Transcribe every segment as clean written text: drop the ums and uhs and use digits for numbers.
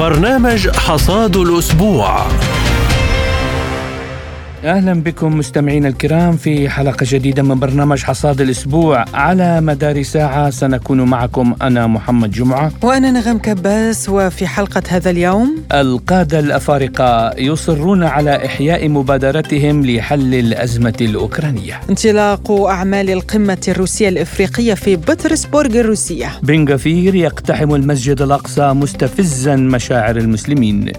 برنامج حصاد الأسبوع. أهلا بكم مستمعين الكرام في حلقة جديدة من برنامج حصاد الأسبوع. على مدار ساعة سنكون معكم أنا محمد جمعة وأنا نغم كباس. وفي حلقة هذا اليوم القادة الأفارقة يصرون على إحياء مبادرتهم لحل الأزمة الأوكرانية. انطلاق أعمال القمة الروسية الإفريقية في بطرسبورغ الروسية. بن غفير يقتحم المسجد الأقصى مستفزا مشاعر المسلمين.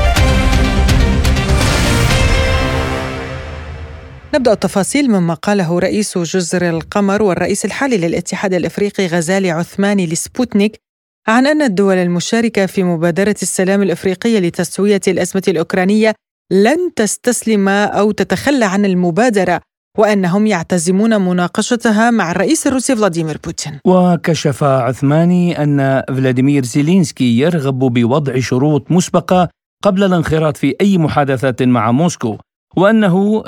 نبدأ التفاصيل مما قاله رئيس جزر القمر والرئيس الحالي للاتحاد الإفريقي غزالي عثماني لسبوتنيك عن أن الدول المشاركة في مبادرة السلام الإفريقية لتسوية الأزمة الأوكرانية لن تستسلم أو تتخلى عن المبادرة، وأنهم يعتزمون مناقشتها مع الرئيس الروسي فلاديمير بوتين. وكشف عثماني أن فلاديمير زيلينسكي يرغب بوضع شروط مسبقة قبل الانخراط في أي محادثات مع موسكو، وأنه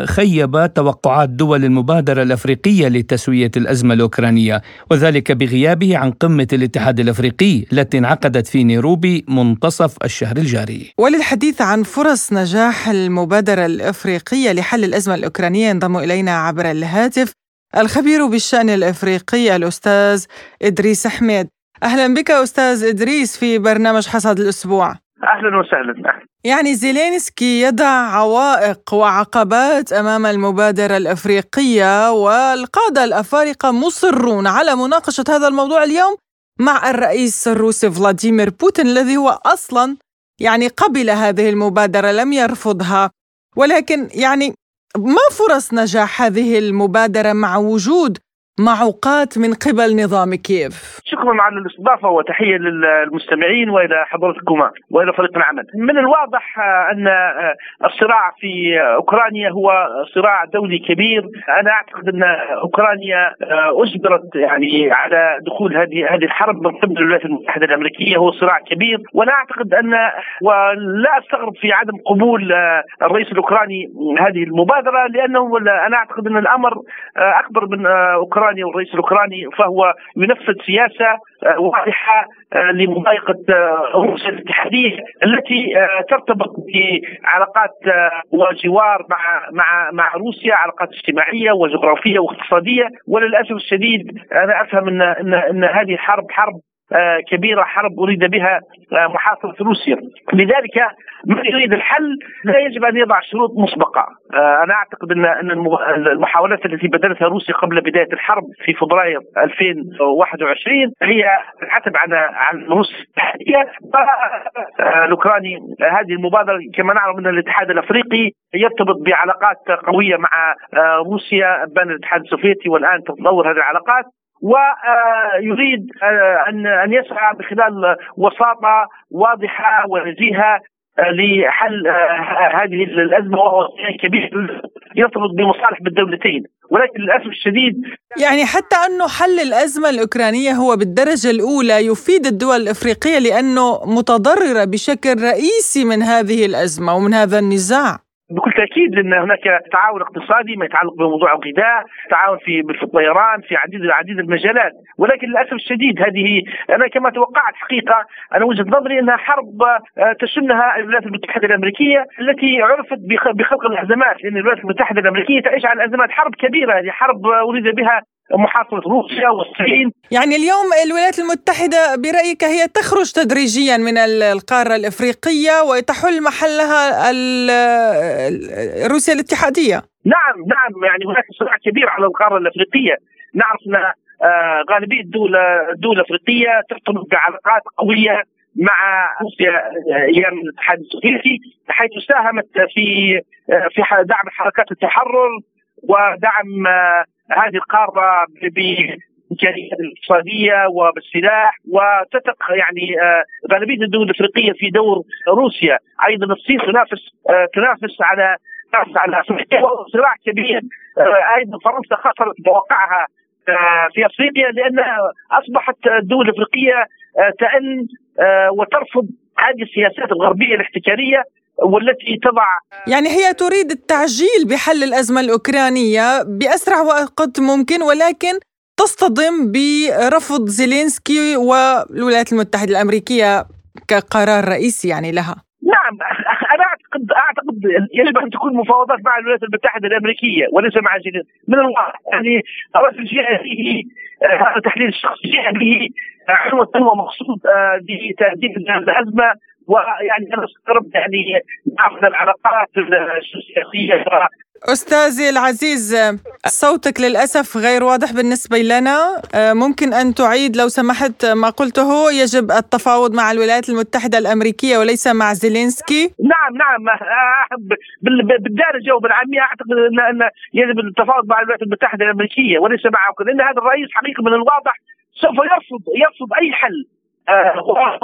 خيب توقعات دول المبادرة الأفريقية لتسوية الأزمة الأوكرانية، وذلك بغيابه عن قمة الاتحاد الأفريقي التي انعقدت في نيروبي منتصف الشهر الجاري. وللحديث عن فرص نجاح المبادرة الأفريقية لحل الأزمة الأوكرانية ينضم إلينا عبر الهاتف الخبير بالشأن الأفريقي الأستاذ إدريس حميد. أهلا بك أستاذ إدريس في برنامج حصاد الأسبوع. أهلا وسهلا. يعني زيلينسكي يضع عوائق وعقبات أمام المبادرة الأفريقية، والقادة الأفارقة مصرون على مناقشة هذا الموضوع اليوم مع الرئيس الروسي فلاديمير بوتين الذي هو أصلا يعني قبل هذه المبادرة، لم يرفضها. ولكن يعني ما فرص نجاح هذه المبادرة مع وجود معوقات من قبل نظام كييف؟ شكرا على الاستضافة وتحية للمستمعين وإلى حضرتكما وإلى فريق العمل. من الواضح أن الصراع في أوكرانيا هو صراع دولي كبير. أنا أعتقد أن أوكرانيا أجبرت يعني على دخول هذه الحرب من قبل الولايات المتحدة الأمريكية. هو صراع كبير، وأنا أعتقد أن ولا أستغرب في عدم قبول الرئيس الأوكراني هذه المبادرة، لأنه أنا أعتقد أن الأمر أكبر من أوكرانيا والرئيس الأوكراني، فهو ينفذ سياسة واضحة لمضايقة روسيا الاتحادية التي ترتبط بعلاقات وجوار مع روسيا، علاقات اجتماعية وجغرافية واقتصادية. وللأسف الشديد أنا أفهم أن هذه حرب كبيرة، حرب أريد بها محاصرة روسيا. لذلك من يريد الحل لا يجب أن يضع شروط مسبقة. أنا أعتقد أن المحاولات التي بدأتها روسيا قبل بداية الحرب في فبراير 2021 هي تحتم عن روسيا الأوكراني. هذه المبادرة كما نعلم أن الاتحاد الأفريقي يرتبط بعلاقات قوية مع روسيا بين الاتحاد السوفيتي، والآن تتطور هذه العلاقات، ويريد أن يسعى بخلال وساطة واضحة ونزيهة لحل هذه الأزمة، وهو كبير يرتبط بمصالح بالدولتين. ولكن للأسف الشديد يعني حتى أنه حل الأزمة الأوكرانية هو بالدرجة الأولى يفيد الدول الأفريقية لأنه متضررة بشكل رئيسي من هذه الأزمة ومن هذا النزاع. بكل تأكيد لأن هناك تعاون اقتصادي ما يتعلق بموضوع الغذاء، تعاون في الطيران، في عديد المجالات. ولكن للأسف الشديد هذه أنا كما توقعت حقيقة، أنا وجهة نظري أنها حرب تشنها الولايات المتحدة الأمريكية التي عرفت بخلق الأزمات، لأن الولايات المتحدة الأمريكية تعيش على الأزمات. حرب كبيرة، هذه حرب أريد بها محاصرة روسيا والصين. يعني اليوم الولايات المتحدة برأيك هي تخرج تدريجيا من القارة الإفريقية وتحل محلها روسيا الاتحادية؟ نعم، يعني هناك صراع كبير على القارة الإفريقية. نعرف أن غالبية الدول الأفريقية ترتبط بعلاقات قوية مع روسيا أيام الاتحاد السوفيتي، حيث ساهمت في دعم حركات التحرر ودعم هذه القارة بالإمكانيات الاقتصادية وبالسلاح، وتثق يعني غالبية الدول الأفريقية في دور روسيا. أيضا الصين تنافس على أفريقيا، صراع كبير. أيضا فرنسا خسرت مواقعها في أفريقيا لأن أصبحت الدول الأفريقية تأن وترفض هذه السياسات الغربية الاحتكارية والتي تضع، يعني هي تريد التعجيل بحل الأزمة الأوكرانية بأسرع وقت ممكن، ولكن تصطدم برفض زيلينسكي والولايات المتحدة الأمريكية كقرار رئيسي يعني لها. نعم، أنا أعتقد يجب أن تكون مفاوضات مع الولايات المتحدة الأمريكية وليس مع زيلينسكي. من الواضح يعني الرجل جاء به هذا تحليل الشخصي، جاء به عنوة ومقصود لتهديد الأزمة. ويعني أنا استغربت يعني نعرف العلاقات السياسية. أستاذي العزيز، صوتك للأسف غير واضح بالنسبة لنا، ممكن أن تعيد لو سمحت ما قلته؟ يجب التفاوض مع الولايات المتحدة الأمريكية وليس مع زيلينسكي. نعم، بالدارجة وبالعامية أعتقد أن يجب التفاوض مع الولايات المتحدة الأمريكية وليس معه، لأن هذا الرئيس حقيقة من الواضح سوف يرفض أي حل. هو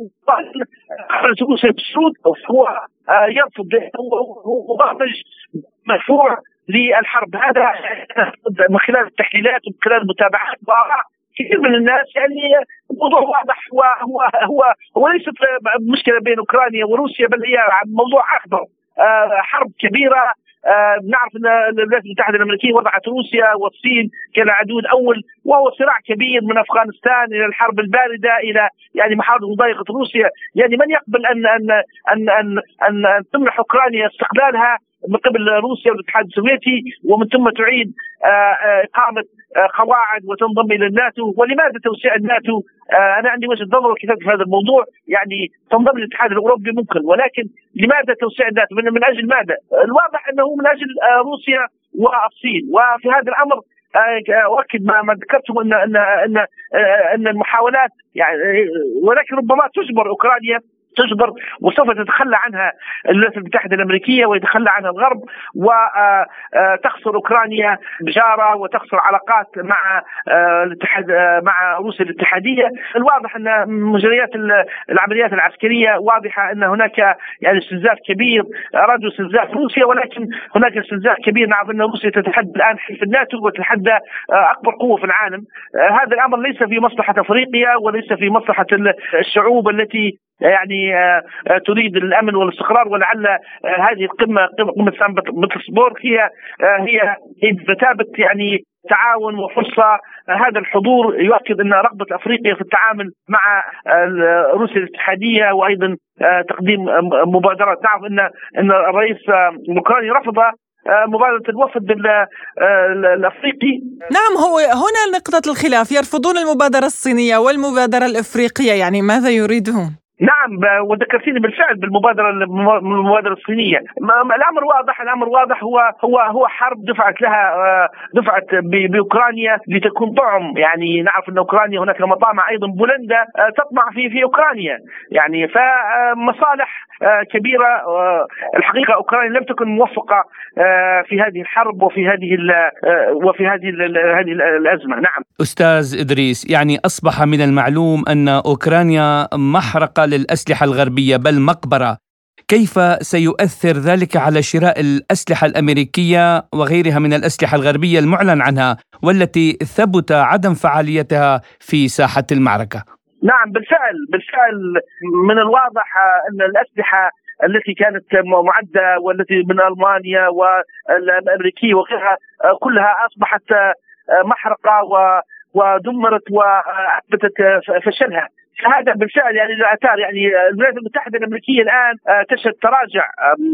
يرفض، هو برنامج مشروع للحرب. هذا من خلال التحليلات ومن خلال المتابعات وآراء كثير من الناس يعني الموضوع واضح. هو ليست مشكلة بين أوكرانيا وروسيا، بل هي موضوع أكبر، حرب كبيرة. نعرف أن الولايات المتحدة الأمريكية وضعت روسيا والصين كالعدو الأول، وهو صراع كبير من أفغانستان إلى الحرب الباردة إلى يعني محاولة مضايقة روسيا. يعني من يقبل أن تمنح أوكرانيا استقلالها من قبل روسيا والاتحاد السوفيتي ومن ثم تعيد إقامة قواعد وتنضم إلى الناتو؟ ولماذا توسيع الناتو؟ أنا عندي وجهة نظر كتبت في هذا الموضوع. يعني تنضم للاتحاد الأوروبي ممكن، ولكن لماذا توسيع الناتو؟ من أجل ماذا؟ الواضح أنه من أجل روسيا والصين. وفي هذا الأمر أؤكد ما ذكرته أن المحاولات يعني، ولكن ربما تجبر أوكرانيا وسوف تتخلى عنها الولايات المتحدة الأمريكية ويتخلى عنها الغرب، وتخسر أوكرانيا بجارة وتخسر علاقات مع الاتحاد مع روسيا الاتحادية. الواضح أن مجريات العمليات العسكرية واضحة أن هناك يعني استنزاف كبير، أرادوا استنزاف روسيا، ولكن هناك استنزاف كبير. نعرف أن روسيا تتحدى الآن حلف الناتو وتتحدى أكبر قوة في العالم. هذا الأمر ليس في مصلحة أفريقيا وليس في مصلحة الشعوب التي يعني تريد الأمن والاستقرار. ولعل هذه القمة قمة سان بطرسبورغ هي بمثابة يعني تعاون وفرصة. هذا الحضور يؤكد أن رغبة أفريقيا في التعامل مع روسيا الاتحادية وأيضا تقديم مبادرات. نعرف أن الرئيس الأوكراني رفض مبادرة الوفد الأفريقي. نعم، هو هنا نقطة الخلاف، يرفضون المبادرة الصينية والمبادرة الأفريقية، يعني ماذا يريدون؟ نعم، وذكرتني بالفعل بالمبادرة الصينية. الأمر واضح. هو حرب دفعت بأوكرانيا لتكون طعم. يعني نعرف أن أوكرانيا هناك مطامع أيضا بولندا تطمع في أوكرانيا، يعني فمصالح كبيرة. الحقيقة أوكرانيا لم تكن موفقة في هذه الحرب وفي هذه الأزمة. نعم أستاذ إدريس، يعني أصبح من المعلوم أن أوكرانيا محرقة للأسلحة الغربية بل مقبرة. كيف سيؤثر ذلك على شراء الأسلحة الأمريكية وغيرها من الأسلحة الغربية المعلن عنها والتي ثبت عدم فعاليتها في ساحة المعركة؟ نعم، بالفعل من الواضح أن الأسلحة التي كانت معدة والتي من ألمانيا والأمريكية وغيرها كلها أصبحت محرقة ودمرت وأثبتت فشلها. هذا بالفعل يعني الآثار. يعني الولايات المتحدة الأمريكية الآن تشهد تراجع،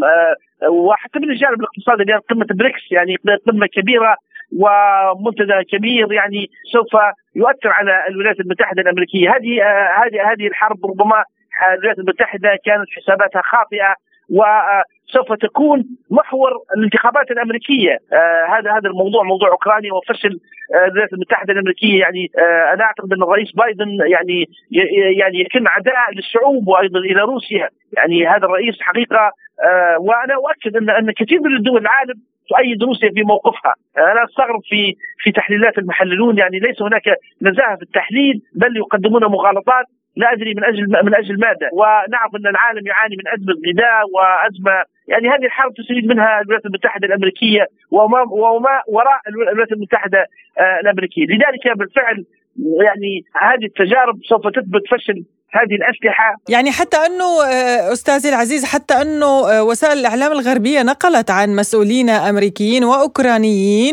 وحتى من الجانب الاقتصادي الآن قمة بريكس يعني قمة كبيرة ومنتدى كبير يعني سوف يؤثر على الولايات المتحدة الأمريكية. هذه الحرب ربما الولايات المتحدة كانت حساباتها خاطئة وسوف تكون محور الانتخابات الأمريكية. هذا الموضوع موضوع أوكرانيا وفشل الولايات المتحدة الأمريكية. يعني أنا أعتقد أن الرئيس بايدن يعني يكن عداء للشعوب وأيضا إلى روسيا. يعني هذا الرئيس حقيقة، وأنا أؤكد أن كثير من الدول العالم تؤيد روسيا في موقفها. أنا أستغرب في تحليلات المحللون، يعني ليس هناك نزاهة في التحليل بل يقدمون مغالطات لا أدري من أجل ماذا. ونعرف أن العالم يعاني من أزمة غذاء وأزمة، يعني هذه الحرب تستفيد منها الولايات المتحدة الأمريكية وما وراء الولايات المتحدة الأمريكية. لذلك بالفعل يعني هذه التجارب سوف تثبت فشل هذه الأسلحة. يعني حتى أنه أستاذي العزيز، حتى أنه وسائل الإعلام الغربية نقلت عن مسؤولين أمريكيين وأوكرانيين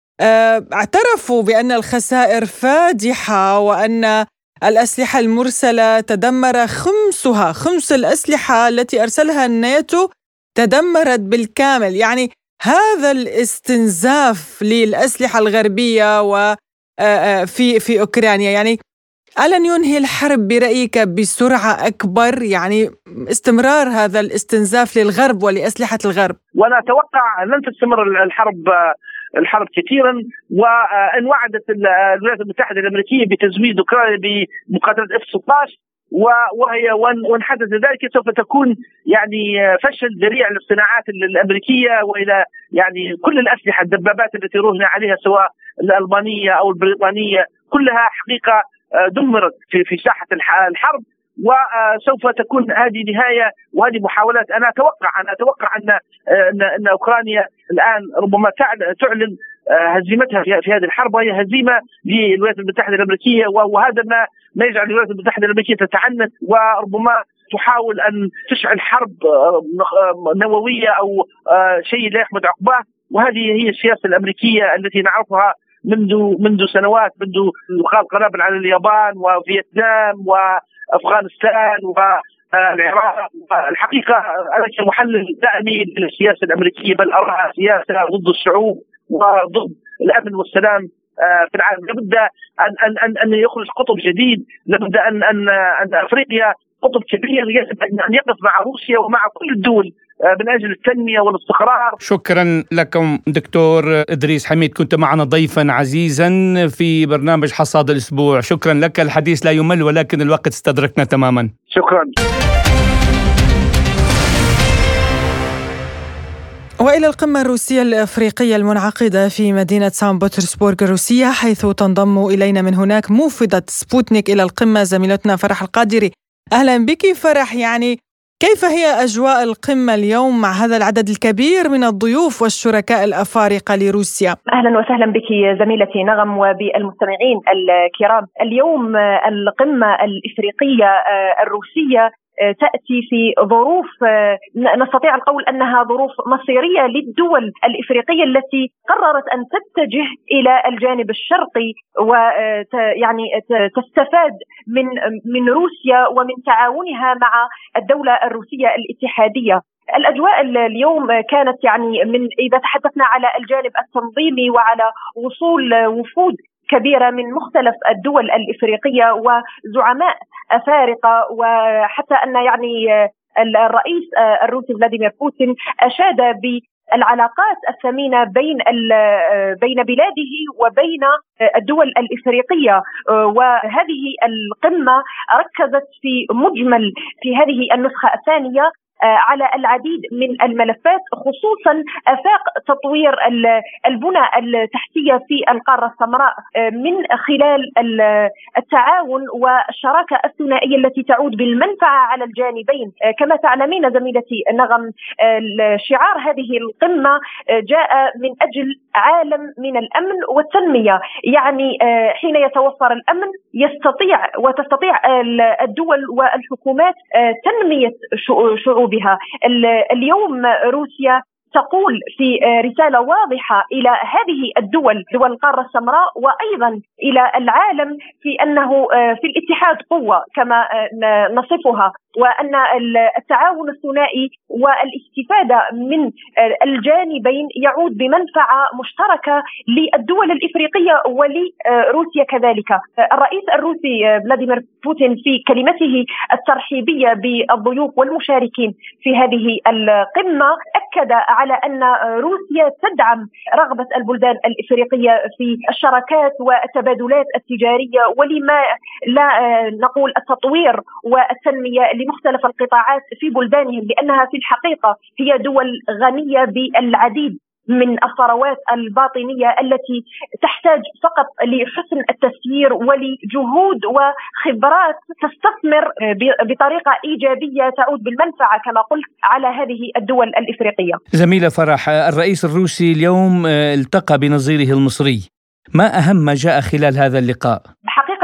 اعترفوا بأن الخسائر فادحة وأن الأسلحة المرسلة تدمر 5 خمسها، خمس الأسلحة التي أرسلها الناتو تدمرت بالكامل. يعني هذا الاستنزاف للأسلحة الغربية في أوكرانيا، يعني ألن ينهي الحرب برأيك بسرعة أكبر؟ يعني استمرار هذا الاستنزاف للغرب ولأسلحة الغرب. وأنا أتوقع لن تستمر الحرب كثيرا، وان وعدت الولايات المتحده الامريكيه بتزويد اوكرانيا بمقاتلات F-16 وان حدث ذلك سوف تكون يعني فشل ذريع للصناعات الامريكيه والى يعني كل الاسلحه، الدبابات التي رهن عليها سواء الالمانيه او البريطانيه كلها حقيقه دمرت في ساحه الحرب، وسوف تكون هذه نهايه وهذه محاولات. انا اتوقع ان اوكرانيا الان ربما تعلن هزيمتها في هذه الحرب، وهي هزيمه للولايات المتحده الامريكيه، وهذا ما يجعل الولايات المتحده الامريكيه تتعنت وربما تحاول ان تشعل حرب نوويه او شيء لا يحمد عقباه. وهذه هي السياسه الامريكيه التي نعرفها منذ سنوات، منذ إدخال قنابل على اليابان وفيتنام وأفغانستان والعراق. الحقيقة أنا كمحلل دائمي للسياسة الأمريكية، بل أراها سياسة ضد الشعوب وضد الأمن والسلام في العالم. لابد أن يخرج قطب جديد، لابد أن أفريقيا قطب كبير يجب أن يقف مع روسيا ومع كل الدول من أجل التنمية والاستقرار. شكرا لكم دكتور إدريس حميد، كنت معنا ضيفا عزيزا في برنامج حصاد الأسبوع. شكرا لك، الحديث لا يمل ولكن الوقت استدركنا تماما. شكرا. وإلى القمة الروسية الأفريقية المنعقدة في مدينة سان بطرسبورغ الروسية، حيث تنضم إلينا من هناك موفدة سبوتنيك إلى القمة زميلتنا فرح القادري. أهلا بك فرح، يعني كيف هي أجواء القمة اليوم مع هذا العدد الكبير من الضيوف والشركاء الأفارقة لروسيا؟ أهلا وسهلا بك زميلتي نغم وبالمستمعين الكرام. اليوم القمة الإفريقية الروسية تأتي في ظروف نستطيع القول أنها ظروف مصيرية للدول الإفريقية التي قررت أن تتجه إلى الجانب الشرقي ويعني تستفاد من روسيا ومن تعاونها مع الدولة الروسية الاتحادية. الأجواء اليوم كانت يعني إذا تحدثنا على الجانب التنظيمي وعلى وصول وفود كبيرة من مختلف الدول الإفريقية وزعماء أفارقة، وحتى أن يعني الرئيس الروسي فلاديمير بوتين أشاد بالعلاقات الثمينة بين بلاده وبين الدول الإفريقية. وهذه القمة ركزت في هذه النسخة الثانية على العديد من الملفات، خصوصا آفاق تطوير البنى التحتية في القارة السمراء من خلال التعاون والشراكة الثنائية التي تعود بالمنفعة على الجانبين. كما تعلمين زميلتي نغم، شعار هذه القمة جاء من أجل عالم من الأمن والتنمية. يعني حين يتوفر الأمن وتستطيع الدول والحكومات تنمية شعوبها. اليوم روسيا تقول في رسالة واضحة إلى هذه الدول، دول القارة السمراء، وأيضا إلى العالم في أنه في الاتحاد قوة كما نصفها، وأن التعاون الثنائي والاستفادة من الجانبين يعود بمنفعة مشتركة للدول الإفريقية ولروسيا كذلك. الرئيس الروسي فلاديمير بوتين في كلمته الترحيبية بالضيوف والمشاركين في هذه القمة أكد على أن روسيا تدعم رغبة البلدان الإفريقية في الشراكات والتبادلات التجارية، ولما لا نقول التطوير والتنمية لمختلف القطاعات في بلدانهم، لأنها في الحقيقة هي دول غنية بالعديد من الثروات الباطنية التي تحتاج فقط لحسن التسيير ولجهود وخبرات تستثمر بطريقة إيجابية تعود بالمنفعة كما قلت على هذه الدول الإفريقية. زميلة فرح، الرئيس الروسي اليوم التقى بنظيره المصري، ما أهم ما جاء خلال هذا اللقاء؟ حقيقة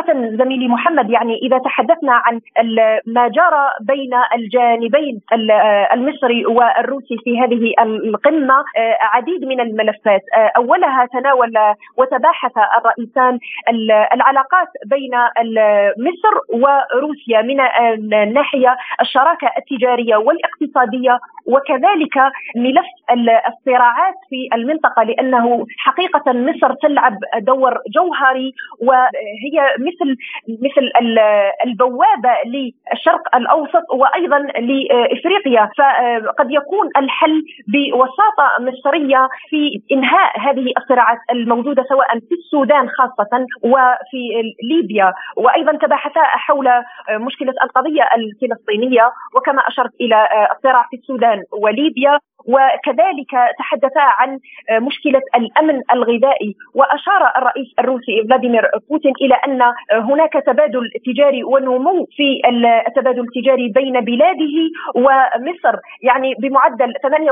حقيقة زميلي محمد، يعني إذا تحدثنا عن ما جرى بين الجانبين المصري والروسي في هذه القمة، عديد من الملفات. أولها تناول وتباحث الرئيسان العلاقات بين مصر وروسيا من ناحية الشراكة التجارية والاقتصادية، وكذلك ملف الصراعات في المنطقة، لأنه حقيقة مصر تلعب دور جوهري، وهي مثل البوابة للشرق الأوسط وأيضا لإفريقيا. فقد يكون الحل بوساطة مصرية في إنهاء هذه الصراعات الموجودة سواء في السودان خاصة وفي ليبيا، وأيضا تباحثا حول مشكلة القضية الفلسطينية، وكما أشرت إلى الصراع في السودان وليبيا، وكذلك تحدثا عن مشكلة الأمن الغذائي. وأشار الرئيس الروسي فلاديمير بوتين إلى أن هناك تبادل تجاري ونمو في التبادل التجاري بين بلاده ومصر، يعني بمعدل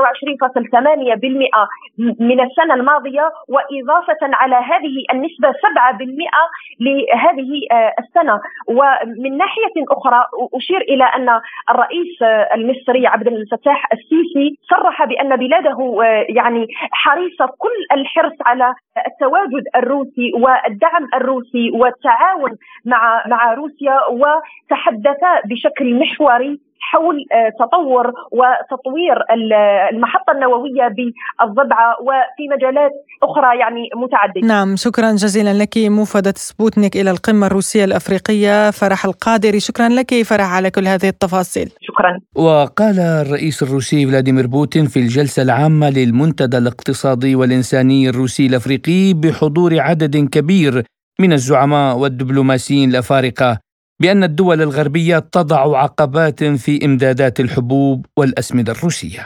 28.8% من السنة الماضية، وإضافة على هذه النسبة 7% لهذه السنة. ومن ناحية أخرى أشير إلى أن الرئيس المصري عبد الفتاح السيسي صرح بأن بلاده يعني حريصة كل الحرص على التواجد الروسي والدعم الروسي والتعاون مع روسيا، وتحدثا بشكل محوري حول تطور وتطوير المحطة النووية بالضبعة وفي مجالات أخرى يعني متعددة. نعم، شكرا جزيلا لك موفدة سبوتنيك إلى القمة الروسية الأفريقية فرح القادري. شكرا لك فرح على كل هذه التفاصيل. شكرا. وقال الرئيس الروسي فلاديمير بوتين في الجلسة العامة للمنتدى الاقتصادي والإنساني الروسي الأفريقي بحضور عدد كبير من الزعماء والدبلوماسيين الأفارقة بأن الدول الغربية تضع عقبات في إمدادات الحبوب والأسمدة الروسية.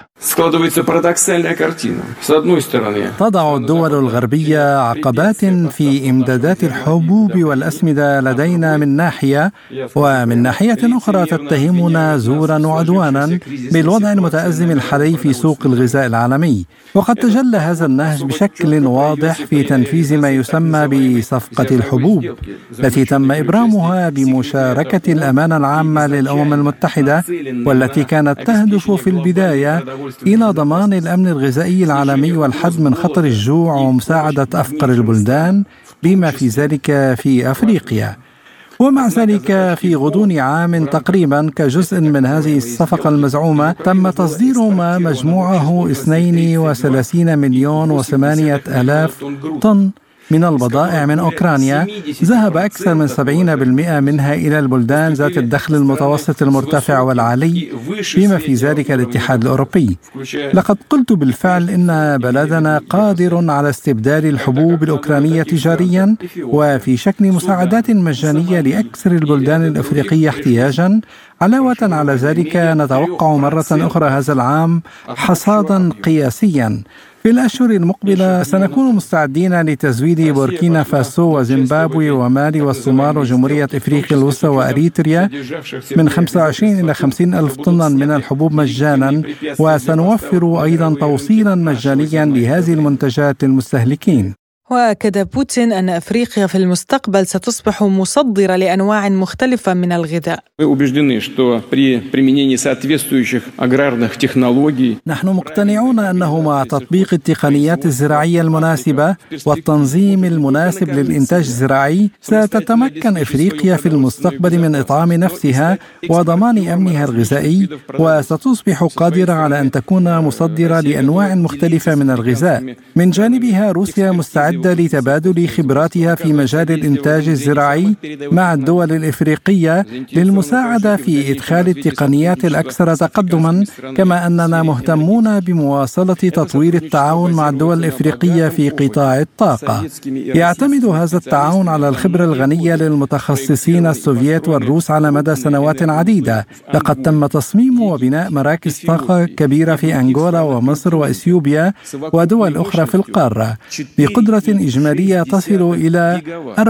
تضع الدول الغربية عقبات في إمدادات الحبوب والأسمدة لدينا من ناحية، ومن ناحية أخرى تتهمنا زورا وعدوانا بالوضع المتأزم الحالي في سوق الغذاء العالمي. وقد تجلى هذا النهج بشكل واضح في تنفيذ ما يسمى بصفقة الحبوب التي تم إبرامها بمشاركة الأمانة العامة للأمم المتحدة، والتي كانت تهدف في البداية إلى ضمان الأمن الغذائي العالمي والحد من خطر الجوع ومساعدة أفقر البلدان بما في ذلك في أفريقيا. ومع ذلك في غضون عام تقريبا كجزء من هذه الصفقة المزعومة تم تصدير ما مجموعه 32 مليون و800 ألاف طن من البضائع من أوكرانيا. ذهب أكثر من 70% منها إلى البلدان ذات الدخل المتوسط المرتفع والعالي بما في ذلك الاتحاد الأوروبي. لقد قلت بالفعل إن بلدنا قادر على استبدال الحبوب الأوكرانية تجاريا وفي شكل مساعدات مجانية لأكثر البلدان الأفريقية احتياجا. علاوة على ذلك نتوقع مرة أخرى هذا العام حصادا قياسيا. في الأشهر المقبلة سنكون مستعدين لتزويد بوركينا فاسو وزيمبابوي ومالي والصومال وجمهورية إفريقيا الوسطى وأريتريا من 25 إلى 50 ألف طنا من الحبوب مجانا، وسنوفر أيضا توصيلا مجانيا لهذه المنتجات للمستهلكين. وأكد بوتين أن أفريقيا في المستقبل ستصبح مصدرة لأنواع مختلفة من الغذاء. نحن مقتنعون أنه مع تطبيق التقنيات الزراعية المناسبة والتنظيم المناسب للإنتاج الزراعي ستتمكن إفريقيا في المستقبل من إطعام نفسها وضمان أمنها الغذائي، وستصبح قادرة على أن تكون مصدرة لأنواع مختلفة من الغذاء. من جانبها روسيا مستعدة لتبادل خبراتها في مجال الإنتاج الزراعي مع الدول الإفريقية للمساعدة في إدخال التقنيات الأكثر تقدما، كما أننا مهتمون بمواصلة تطوير التعاون مع الدول الإفريقية في قطاع الطاقة. يعتمد هذا التعاون على الخبرة الغنية للمتخصصين السوفييت والروس على مدى سنوات عديدة. لقد تم تصميم وبناء مراكز طاقة كبيرة في أنغولا ومصر وإثيوبيا ودول أخرى في القارة بقدرة إجمالية تصل إلى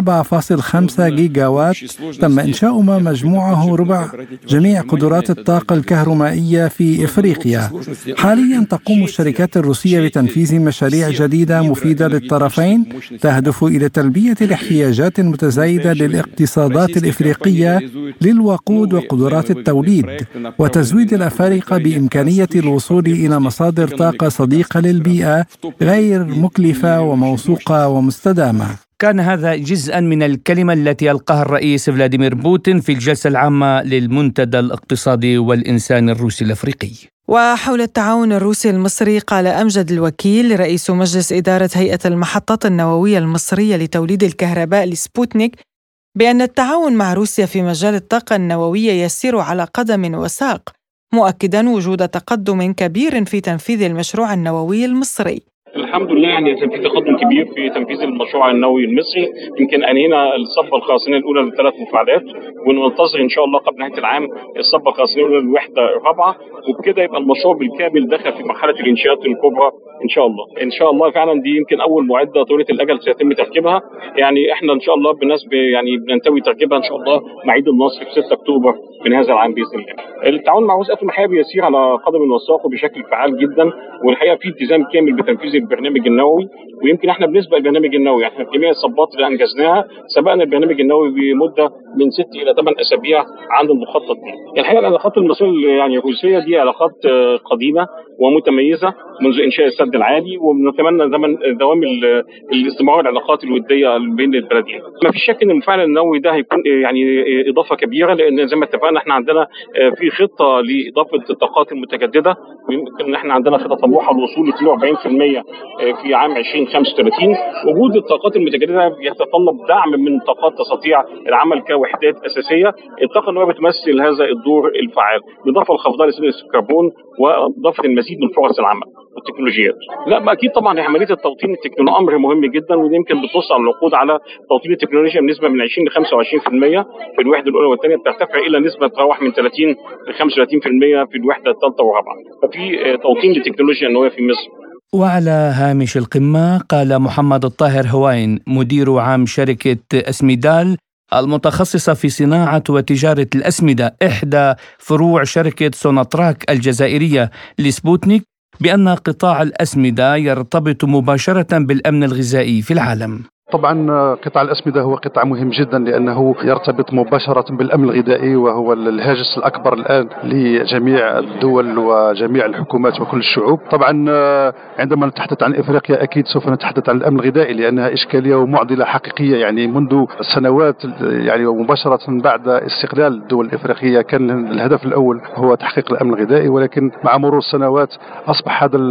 4.5 جيجا وات. تم إنشاء ما مجموعه ربع جميع قدرات الطاقة الكهرومائية في إفريقيا. حاليا تقوم الشركات الروسية بتنفيذ مشاريع جديدة مفيدة للطرفين تهدف إلى تلبية الاحتياجات المتزايدة للاقتصادات الإفريقية للوقود وقدرات التوليد، وتزويد الأفارقة بإمكانية الوصول إلى مصادر طاقة صديقة للبيئة غير مكلفة وموثوقة ومستدامة. كان هذا جزءا من الكلمة التي ألقاها الرئيس فلاديمير بوتين في الجلسة العامة للمنتدى الاقتصادي والإنساني الروسي الأفريقي. وحول التعاون الروسي المصري، قال أمجد الوكيل رئيس مجلس إدارة هيئة المحطات النووية المصرية لتوليد الكهرباء لسبوتنيك بأن التعاون مع روسيا في مجال الطاقة النووية يسير على قدم وساق، مؤكدا وجود تقدم كبير في تنفيذ المشروع النووي المصري. الحمد لله، يعني كان في تقدم كبير في تنفيذ المشروع النووي المصري. يمكن انهينا الصبه الخرسانيه الاولى لثلاث مفاعلات، وننتظر ان شاء الله قبل نهايه العام الصبه الخرسانيه الاولى للوحده الرابعه، وبكده يبقى المشروع بالكامل دخل في مرحله الانشاءات الكبرى ان شاء الله. ان شاء الله فعلا دي يمكن اول معده طويله الاجل سيتم تركيبها. يعني احنا ان شاء الله بالنسبه يعني بننتوي تركيبها ان شاء الله مع عيد النصر في 6 اكتوبر من هذا العام باذن الله. التعاون مع روسيا الحقيقه بيسير على قدم وساق وبشكل فعال جدا، والحقيقه في التزام كامل بتنفيذ البرنامج النووي. ويمكن احنا بالنسبه للبرنامج النووي احنا جميع الصبات اللي انجزناها سبقنا البرنامج النووي بمده من 6 الى 8 اسابيع عن المخطط دي. الحقيقه العلاقات المصريه يعني الروسيه دي علاقات قديمه ومتميزه منذ انشاء السد العالي، ونتمنى دوام الاستمرار العلاقات الوديه بين البلدين. ما فيش شك ان المفاعل النووي ده هيكون يعني اضافه كبيره، لان زي ما اتفقنا احنا عندنا في خطه لاضافه الطاقات المتجدده، ويمكن ان احنا عندنا خطه طموحه للوصول ل 42% في عام 2035. وجود الطاقات المتجدده يتطلب دعم من طاقات تستطيع العمل كوحدات اساسيه. الطاقه النوويه بتمثل هذا الدور الفعال، بالاضافه لخفضها لثاني الكربون واضافه المزيد من فرص العمل والتكنولوجيات. لا اكيد طبعا عمليه التوطين التكنولوجي امر مهم جدا، وده يمكن بتوصل العقود على توطين التكنولوجيا بنسبه من 20 ل 25% في الوحده الاولى والثانيه، بترتفع الى نسبه تتراوح من 30 ل 35% في الوحده الثالثه والرابعه. ففي توطين للتكنولوجيا النوويه في مصر. وعلى هامش القمة قال محمد الطاهر هواين مدير عام شركة أسميدال المتخصصة في صناعة وتجارة الأسمدة إحدى فروع شركة سوناتراك الجزائرية لسبوتنيك بأن قطاع الأسمدة يرتبط مباشرة بالأمن الغذائي في العالم. طبعا قطاع الأسمدة هو قطاع مهم جدا لأنه يرتبط مباشرة بالأمن الغذائي، وهو الهاجس الأكبر الآن لجميع الدول وجميع الحكومات وكل الشعوب. طبعا عندما نتحدث عن إفريقيا أكيد سوف نتحدث عن الأمن الغذائي، لأنها إشكالية ومعضلة حقيقية. يعني منذ سنوات يعني ومباشرة بعد استقلال الدول الإفريقية كان الهدف الأول هو تحقيق الأمن الغذائي، ولكن مع مرور السنوات أصبح هذا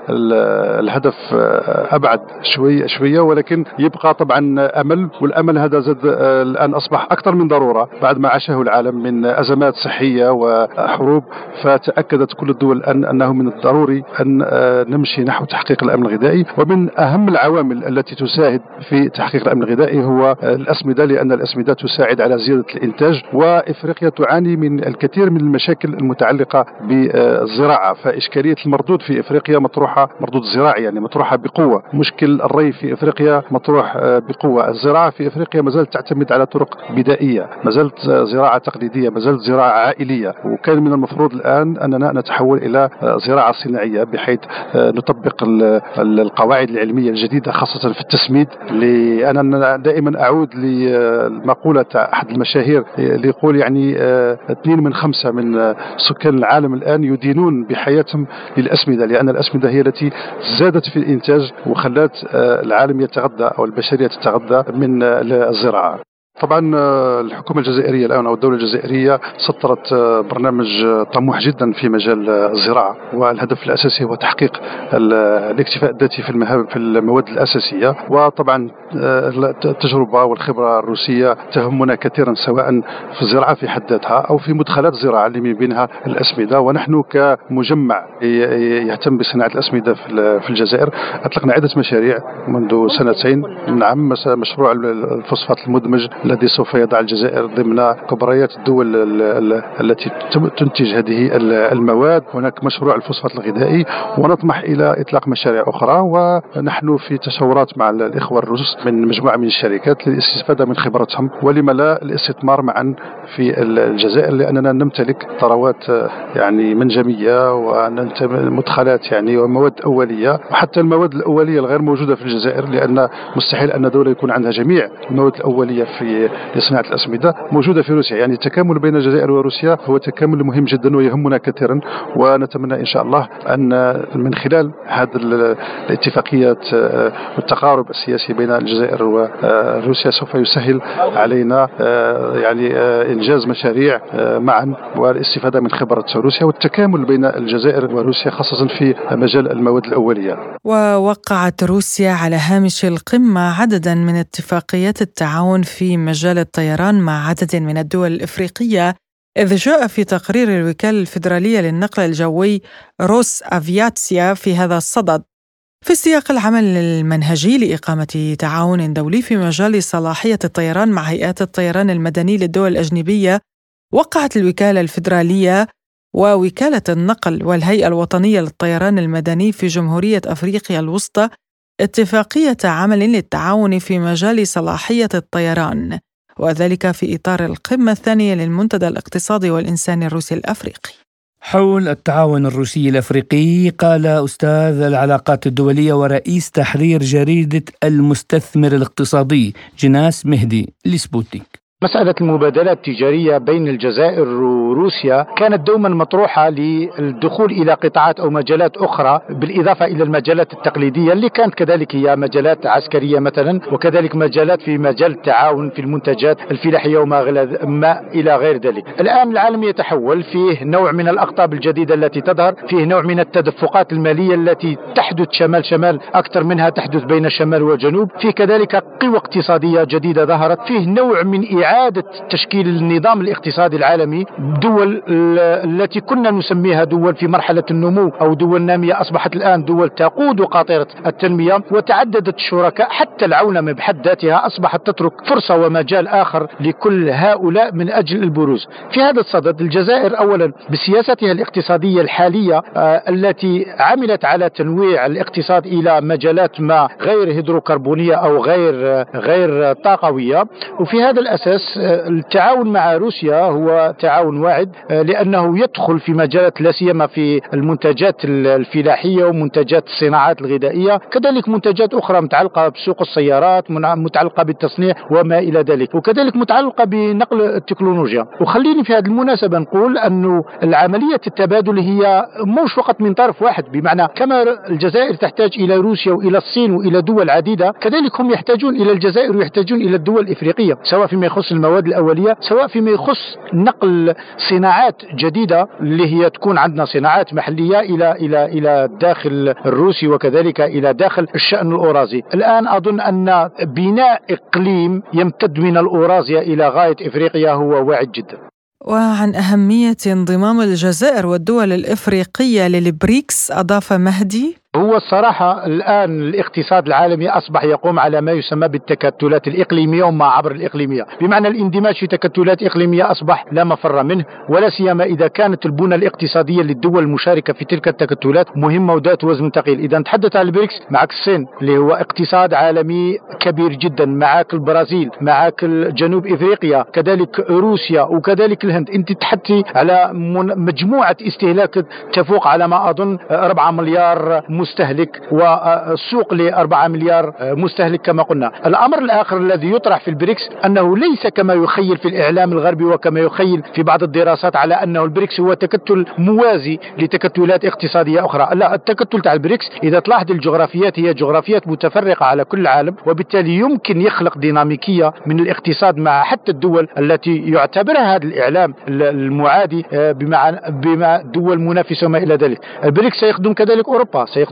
الهدف أبعد شوية، ولكن يبقى طبعا أمل، والأمل هذا زاد الآن أصبح أكثر من ضرورة بعد ما عاشه العالم من أزمات صحية وحروب. فتأكدت كل الدول أنه من الضروري أن نمشي نحو تحقيق الأمن الغذائي، ومن أهم العوامل التي تساعد في تحقيق الأمن الغذائي هو الأسمدة، لأن الأسمدة تساعد على زيادة الإنتاج، وإفريقيا تعاني من الكثير من المشاكل المتعلقة بالزراعة. فإشكالية المردود في إفريقيا مطروحة، مردود الزراعي يعني مطروحة بقوة. مشكل الري في إفريقيا مطروح بقوة. الزراعة في إفريقيا ما زالت تعتمد على طرق بدائية، ما زالت زراعة تقليدية، ما زالت زراعة عائلية، وكان من المفروض الآن أننا نتحول إلى زراعة صناعية بحيث نطبق القواعد العلمية الجديدة خاصة في التسميد. أنا دائما أعود لمقولة أحد المشاهير اللي يقول يعني 2 من 5 من سكان العالم الآن يدينون بحياتهم للأسمدة، لأن الأسمدة هي التي زادت في الإنتاج وخلت العالم يتغذى أو البشرية تتغذى من الزراعة. طبعا الحكومة الجزائرية الآن أو الدولة الجزائرية سطرت برنامج طموح جدا في مجال الزراعة، والهدف الأساسي هو تحقيق الاكتفاء الذاتي في المواد الأساسية. وطبعا التجربة والخبرة الروسية تهمنا كثيرا، سواء في الزراعة في حد ذاتها أو في مدخلات الزراعة اللي من بينها الأسمدة. ونحن كمجمع يهتم بصناعة الأسمدة في الجزائر أطلقنا عدة مشاريع منذ 2 سنين. نعم، مشروع الفوسفات المدمج الذي سوف يضع الجزائر ضمن كبريات الدول التي تنتج هذه المواد. هناك مشروع الفوسفات الغذائي، ونطمح إلى إطلاق مشاريع أخرى، ونحن في تشاورات مع الإخوة الروس من مجموعة من الشركات للاستفادة من خبرتهم، ولما لا الاستثمار معا في الجزائر، لأننا نمتلك ثروات يعني منجمية ومدخلات يعني ومواد أولية، وحتى المواد الأولية الغير موجودة في الجزائر، لأن مستحيل أن دولة يكون عندها جميع المواد الأولية في لصناعة الأسمدة موجودة في روسيا. يعني التكامل بين الجزائر وروسيا هو تكامل مهم جدا ويهمنا كثيرا، ونتمنى إن شاء الله أن من خلال هذه الاتفاقيات والتقارب السياسي بين الجزائر وروسيا سوف يسهل علينا يعني إنجاز مشاريع معا والاستفادة من خبرة روسيا والتكامل بين الجزائر وروسيا خاصة في مجال المواد الأولية. ووقعت روسيا على هامش القمة عددا من اتفاقيات التعاون في مجال الطيران مع عدد من الدول الإفريقية، إذ جاء في تقرير الوكالة الفيدرالية للنقل الجوي روس أفياتسيا في هذا الصدد. في سياق العمل المنهجي لإقامة تعاون دولي في مجال صلاحية الطيران مع هيئات الطيران المدني للدول الأجنبية، وقعت الوكالة الفيدرالية ووكالة النقل والهيئة الوطنية للطيران المدني في جمهورية أفريقيا الوسطى اتفاقية عمل للتعاون في مجال صلاحية الطيران، وذلك في إطار القمة الثانية للمنتدى الاقتصادي والإنساني الروسي الأفريقي. حول التعاون الروسي الأفريقي قال أستاذ العلاقات الدولية ورئيس تحرير جريدة المستثمر الاقتصادي جناس مهدي لسبوتنيك: مسألة المبادلات التجارية بين الجزائر وروسيا كانت دوما مطروحة للدخول إلى قطاعات أو مجالات أخرى بالإضافة إلى المجالات التقليدية اللي كانت كذلك هي مجالات عسكرية مثلا، وكذلك مجالات في مجال التعاون في المنتجات الفلاحية وما إلى غير ذلك. الآن العالم يتحول، فيه نوع من الأقطاب الجديدة التي تظهر، فيه نوع من التدفقات المالية التي تحدث شمال أكثر منها تحدث بين الشمال والجنوب، فيه كذلك قوى اقتصادية جديدة ظهرت، فيه نوع من إعادة تشكيل النظام الاقتصادي العالمي. دول التي كنا نسميها دول في مرحلة النمو أو دول نامية أصبحت الآن دول تقود قاطرة التنمية، وتعددت الشركاء، حتى العولمة بحد ذاتها أصبحت تترك فرصة ومجال آخر لكل هؤلاء من أجل البروز. في هذا الصدد الجزائر أولا بسياستها الاقتصادية الحالية التي عملت على تنويع الاقتصاد إلى مجالات ما غير هيدروكربونية أو غير طاقوية، وفي هذا الأساس التعاون مع روسيا هو تعاون واعد، لأنه يدخل في مجالات لا سيما في المنتجات الفلاحية ومنتجات الصناعات الغذائية، كذلك منتجات أخرى متعلقة بسوق السيارات، متعلقة بالتصنيع وما إلى ذلك، وكذلك متعلقة بنقل التكنولوجيا. وخليني في هذه المناسبة نقول أنه العملية التبادل هي مش فقط من طرف واحد، بمعنى كما الجزائر تحتاج إلى روسيا وإلى الصين وإلى دول عديدة، كذلك هم يحتاجون إلى الجزائر ويحتاجون إلى الدول الإفريقية، سواء فيما يخص المواد الأولية، سواء فيما يخص نقل صناعات جديدة اللي هي تكون عندنا صناعات محلية إلى الداخل الروسي وكذلك إلى داخل الشأن الأورازي. الآن أظن أن بناء إقليم يمتد من الأورازيا إلى غاية إفريقيا هو واعد جدا. وعن أهمية انضمام الجزائر والدول الإفريقية للبريكس أضاف مهدي: هو الصراحة الآن الاقتصاد العالمي أصبح يقوم على ما يسمى بالتكتلات الإقليمية وما عبر الإقليمية، بمعنى الاندماج في تكتلات إقليمية أصبح لا مفر منه، ولا سيما إذا كانت البنى الاقتصادية للدول المشاركة في تلك التكتلات مهمة وذات وزن ثقيل. إذا نتحدث عن البريكس، معك الصين اللي هو اقتصاد عالمي كبير جدا، معك البرازيل، معك جنوب إفريقيا، كذلك روسيا وكذلك الهند. أنت تحدثي على مجموعة استهلاك تفوق على ما أظن 4 مليار مستهلك، والسوق ل4 مليار مستهلك كما قلنا. الأمر الآخر الذي يطرح في البريكس أنه ليس كما يخيل في الإعلام الغربي وكما يخيل في بعض الدراسات على أنه البريكس هو تكتل موازي لتكتلات اقتصادية أخرى. لا، التكتل تاع البريكس إذا تلاحظ الجغرافيات هي جغرافيات متفرقة على كل العالم، وبالتالي يمكن يخلق ديناميكية من الاقتصاد مع حتى الدول التي يعتبرها هذا الإعلام المعادي بما دول منافسة وما إلى ذلك. البريكس سيخدم كذلك أوروبا، سيخدم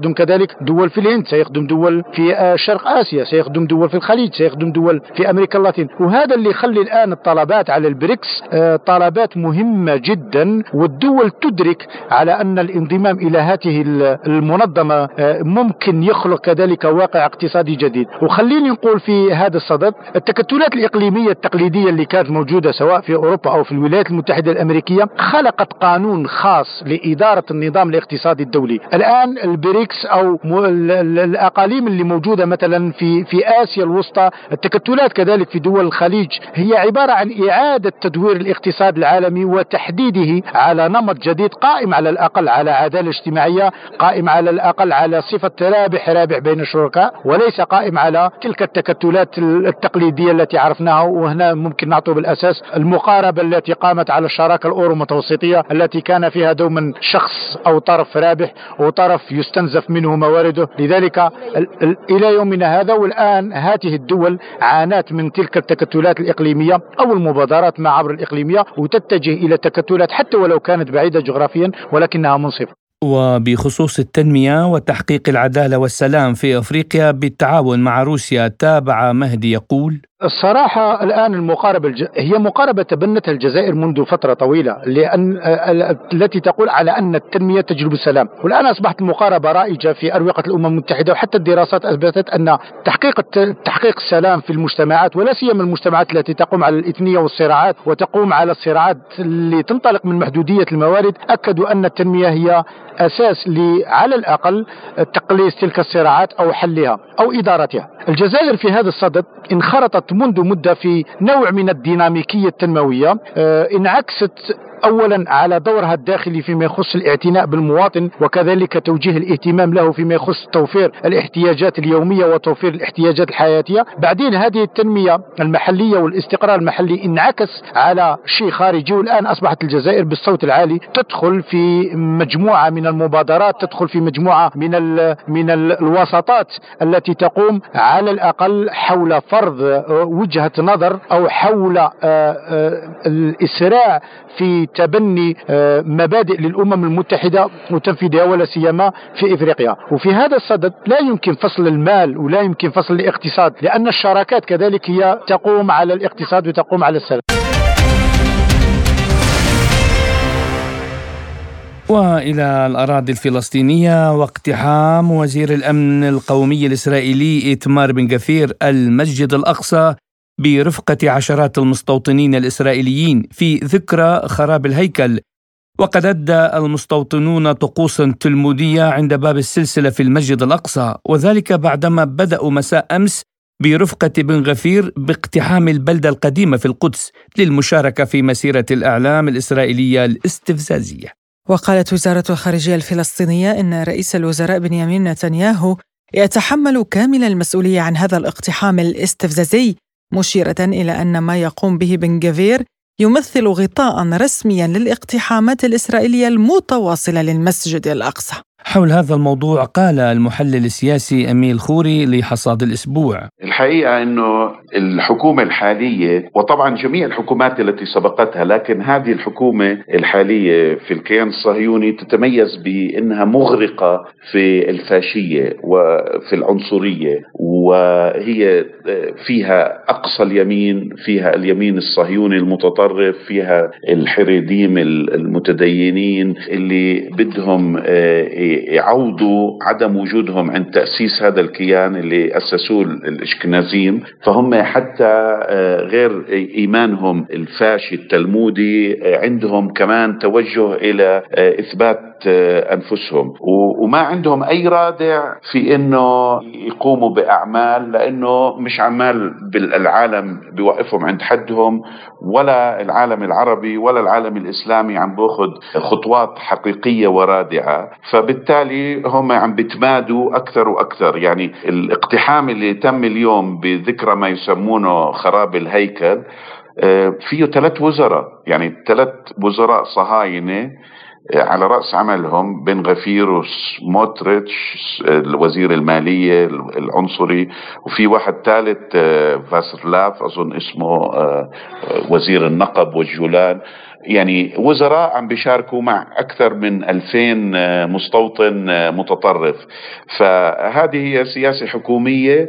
سيخدم كذلك دول في الهند، سيخدم دول في شرق آسيا، سيخدم دول في الخليج، سيخدم دول في أمريكا اللاتينية. وهذا اللي يخلي الآن الطلبات على البريكس طلبات مهمة جدا، والدول تدرك على أن الانضمام إلى هذه المنظمة ممكن يخلق كذلك واقع اقتصادي جديد. وخليني نقول في هذا الصدد التكتلات الإقليمية التقليدية اللي كانت موجودة سواء في أوروبا أو في الولايات المتحدة الأمريكية خلقت قانون خاص لإدارة النظام الاقتصادي الدولي. الآن البريكس أو الأقاليم اللي موجودة مثلا في آسيا الوسطى، التكتلات كذلك في دول الخليج، هي عبارة عن إعادة تدوير الاقتصاد العالمي وتحديده على نمط جديد قائم على الأقل على عدالة اجتماعية، قائم على الأقل على صفة رابح بين الشركاء، وليس قائم على تلك التكتلات التقليدية التي عرفناها. وهنا ممكن نعطي بالأساس المقاربة التي قامت على الشراكة الأورو متوسطية التي كان فيها دوما شخص أو طرف رابح وطرف يستنزف منه موارده. لذلك إلى يومنا هذا والآن هذه الدول عانت من تلك التكتلات الإقليمية أو المبادرات ما عبر الإقليمية، وتتجه إلى تكتلات حتى ولو كانت بعيدة جغرافيا ولكنها منصفة. وبخصوص التنمية وتحقيق العدالة والسلام في أفريقيا بالتعاون مع روسيا، تابع مهدي يقول: الصراحة الآن المقاربة هي مقاربة تبنتها الجزائر منذ فترة طويلة، لأن التي تقول على أن التنمية تجلب السلام، والآن أصبحت المقاربة رائجة في أروقة الأمم المتحدة، وحتى الدراسات أثبتت أن تحقيق السلام في المجتمعات ولا سيما المجتمعات التي تقوم على الإثنية والصراعات وتقوم على الصراعات اللي تنطلق من محدودية الموارد، أكدوا أن التنمية هي أساس على الأقل تقليص تلك الصراعات أو حلها أو إدارتها. الجزائر في هذا الصدد انخرطت منذ مدة في نوع من الديناميكية التنموية، انعكست أولا على دورها الداخلي فيما يخص الاعتناء بالمواطن وكذلك توجيه الاهتمام له فيما يخص توفير الاحتياجات اليومية وتوفير الاحتياجات الحياتية. بعدين هذه التنمية المحلية والاستقرار المحلي انعكس على شيء خارجي، والآن أصبحت الجزائر بالصوت العالي تدخل في مجموعة من المبادرات، تدخل في مجموعة من الوساطات التي تقوم على الأقل حول فرض وجهة نظر أو حول الإسراع في تبني مبادئ للأمم المتحدة وتنفيذها ولا سيما في إفريقيا. وفي هذا الصدد لا يمكن فصل المال ولا يمكن فصل الاقتصاد، لأن الشراكات كذلك هي تقوم على الاقتصاد وتقوم على السلام. وإلى الأراضي الفلسطينية، واقتحام وزير الأمن القومي الإسرائيلي إيتمار بن غفير المسجد الأقصى برفقة عشرات المستوطنين الإسرائيليين في ذكرى خراب الهيكل. وقد أدى المستوطنون طقوسا تلمودية عند باب السلسلة في المسجد الأقصى، وذلك بعدما بدأوا مساء أمس برفقة بن غفير باقتحام البلدة القديمة في القدس للمشاركة في مسيرة الإعلام الإسرائيلية الاستفزازية. وقالت وزارة الخارجية الفلسطينية إن رئيس الوزراء بنيامين نتنياهو يتحمل كامل المسؤولية عن هذا الاقتحام الاستفزازي، مشيرة إلى أن ما يقوم به بن غفير يمثل غطاء رسميا للاقتحامات الإسرائيلية المتواصلة للمسجد الأقصى. حول هذا الموضوع قال المحلل السياسي أميل خوري لحصاد الأسبوع: الحقيقة أنه الحكومة الحالية، وطبعا جميع الحكومات التي سبقتها، لكن هذه الحكومة الحالية في الكيان الصهيوني تتميز بأنها مغرقة في الفاشية وفي العنصرية، وهي فيها أقصى اليمين، فيها اليمين الصهيوني المتطرف، فيها الحريديم المتدينين اللي بدهم يعوضوا عدم وجودهم عند تأسيس هذا الكيان اللي أسسوه الإشكنازيم. فهم حتى غير إيمانهم الفاشي التلمودي عندهم كمان توجه إلى إثبات أنفسهم، وما عندهم أي رادع في إنه يقوموا بأعمال، لأنه مش عمال بالعالم بيوقفهم عند حدهم، ولا العالم العربي ولا العالم الإسلامي عم بأخذ خطوات حقيقية ورادعة. فبالتالي هم عم بيتمادوا أكثر وأكثر. يعني الاقتحام اللي تم اليوم بذكرى ما يسمونه خراب الهيكل فيه 3 وزراء، يعني 3 وزراء صهاينة على رأس عملهم بن غفير وسموتريتش وزير المالية العنصري، وفي واحد ثالث فاسرلاف أظن اسمه وزير النقب والجولان. يعني وزراء عم بيشاركوا مع أكثر من 2000 مستوطن متطرف. فهذه هي سياسة حكومية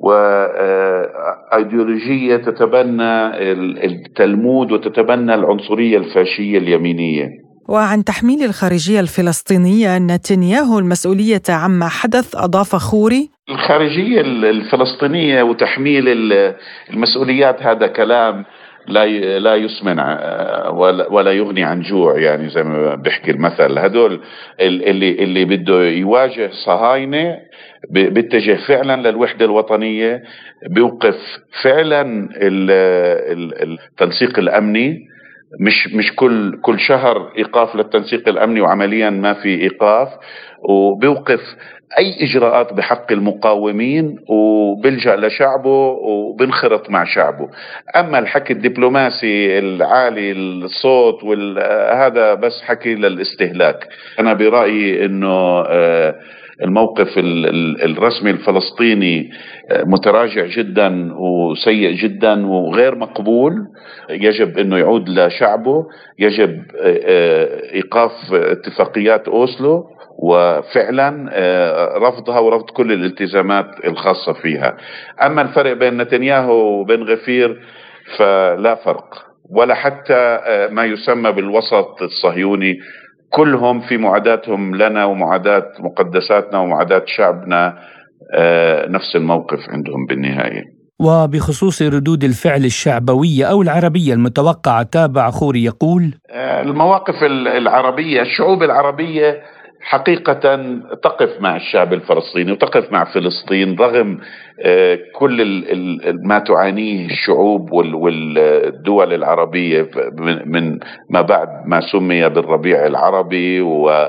وأيديولوجية تتبنى التلمود وتتبنى العنصرية الفاشية اليمينية. وعن تحميل الخارجية الفلسطينية نتنياهو المسؤولية عما حدث أضاف خوري: الخارجية الفلسطينية وتحميل المسؤوليات هذا كلام لا يسمن ولا يغني عن جوع، يعني زي ما بيحكي المثل. هدول اللي بده يواجه صهاينة بيتجه فعلا للوحدة الوطنية، بيوقف فعلا التنسيق الأمني، مش كل شهر إيقاف للتنسيق الأمني وعمليا ما في إيقاف، وبيوقف أي إجراءات بحق المقاومين وبلجأ لشعبه وبنخرط مع شعبه. أما الحكي الدبلوماسي العالي الصوت هذا بس حكي للاستهلاك. أنا برأيي أنه الموقف الرسمي الفلسطيني متراجع جدا وسيء جدا وغير مقبول. يجب أنه يعود لشعبه، يجب إيقاف اتفاقيات أوسلو وفعلا رفضها ورفض كل الالتزامات الخاصة فيها. أما الفرق بين نتنياهو وبين غفير فلا فرق، ولا حتى ما يسمى بالوسط الصهيوني، كلهم في معاداتهم لنا ومعاداة مقدساتنا ومعاداة شعبنا نفس الموقف عندهم بالنهاية. وبخصوص ردود الفعل الشعبوية أو العربية المتوقعة، تابع خوري يقول: المواقف العربية، الشعوب العربية حقيقة تقف مع الشعب الفلسطيني وتقف مع فلسطين رغم كل ما تعانيه الشعوب والدول العربية من ما بعد ما سمي بالربيع العربي،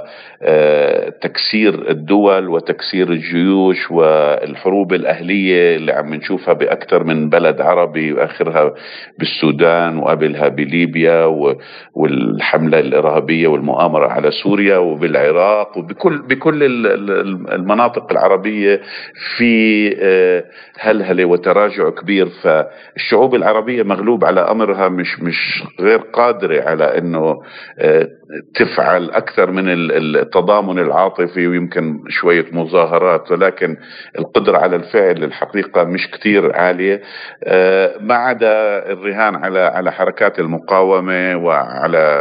وتكسير الدول وتكسير الجيوش والحروب الأهلية اللي عم نشوفها بأكثر من بلد عربي، وآخرها بالسودان وقبلها بليبيا، والحملة الإرهابية والمؤامرة على سوريا وبالعراق وبكل المناطق العربية في هلهلة وتراجع كبير. فالشعوب العربية مغلوب على أمرها، مش غير قادرة على أنه تفعل أكثر من التضامن العاطفي ويمكن شوية مظاهرات، ولكن القدرة على الفعل الحقيقة مش كتير عالية، ما عدا الرهان على حركات المقاومة وعلى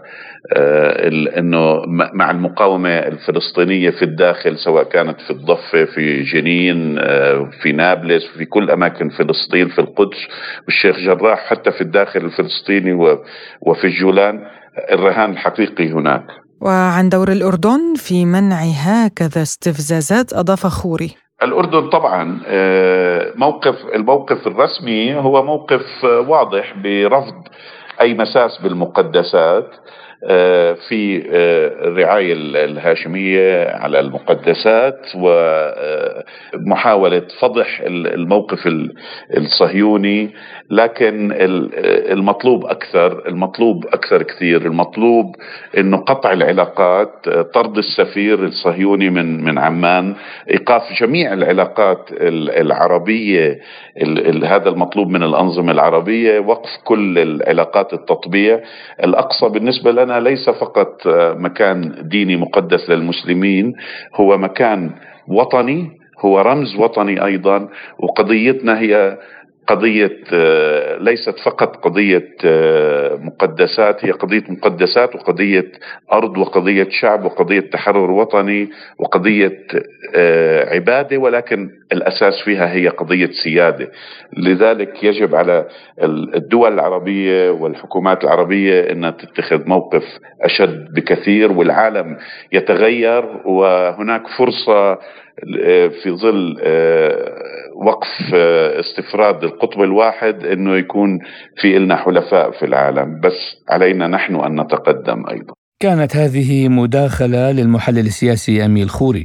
أنه مع المقاومة الفلسطينية في الداخل، سواء كانت في الضفة، في جنين، في نابلس، في كل أماكن فلسطين، في القدس والشيخ جراح، حتى في الداخل الفلسطيني وفي الجولان، الرهان الحقيقي هناك. وعن دور الأردن في منع هكذا استفزازات أضاف خوري: الأردن طبعا الموقف الرسمي هو موقف واضح برفض أي مساس بالمقدسات، في الرعاية الهاشمية على المقدسات، ومحاولة فضح الموقف الصهيوني. لكن المطلوب أكثر كثير. المطلوب إنه قطع العلاقات، طرد السفير الصهيوني من عمان، إيقاف جميع العلاقات العربية، هذا المطلوب من الأنظمة العربية، وقف كل العلاقات التطبيع. الأقصى بالنسبة لنا ليس فقط مكان ديني مقدس للمسلمين، هو مكان وطني، هو رمز وطني أيضا. وقضيتنا هي قضية ليست فقط قضية مقدسات، هي قضية مقدسات وقضية أرض وقضية شعب وقضية تحرر وطني وقضية عبادة، ولكن الأساس فيها هي قضية سيادة. لذلك يجب على الدول العربية والحكومات العربية أن تتخذ موقف أشد بكثير، والعالم يتغير، وهناك فرصة في ظل وقف استفراد القطب الواحد أنه يكون في إلنا حلفاء في العالم، بس علينا نحن أن نتقدم أيضا. كانت هذه مداخلة للمحلل السياسي أميل خوري.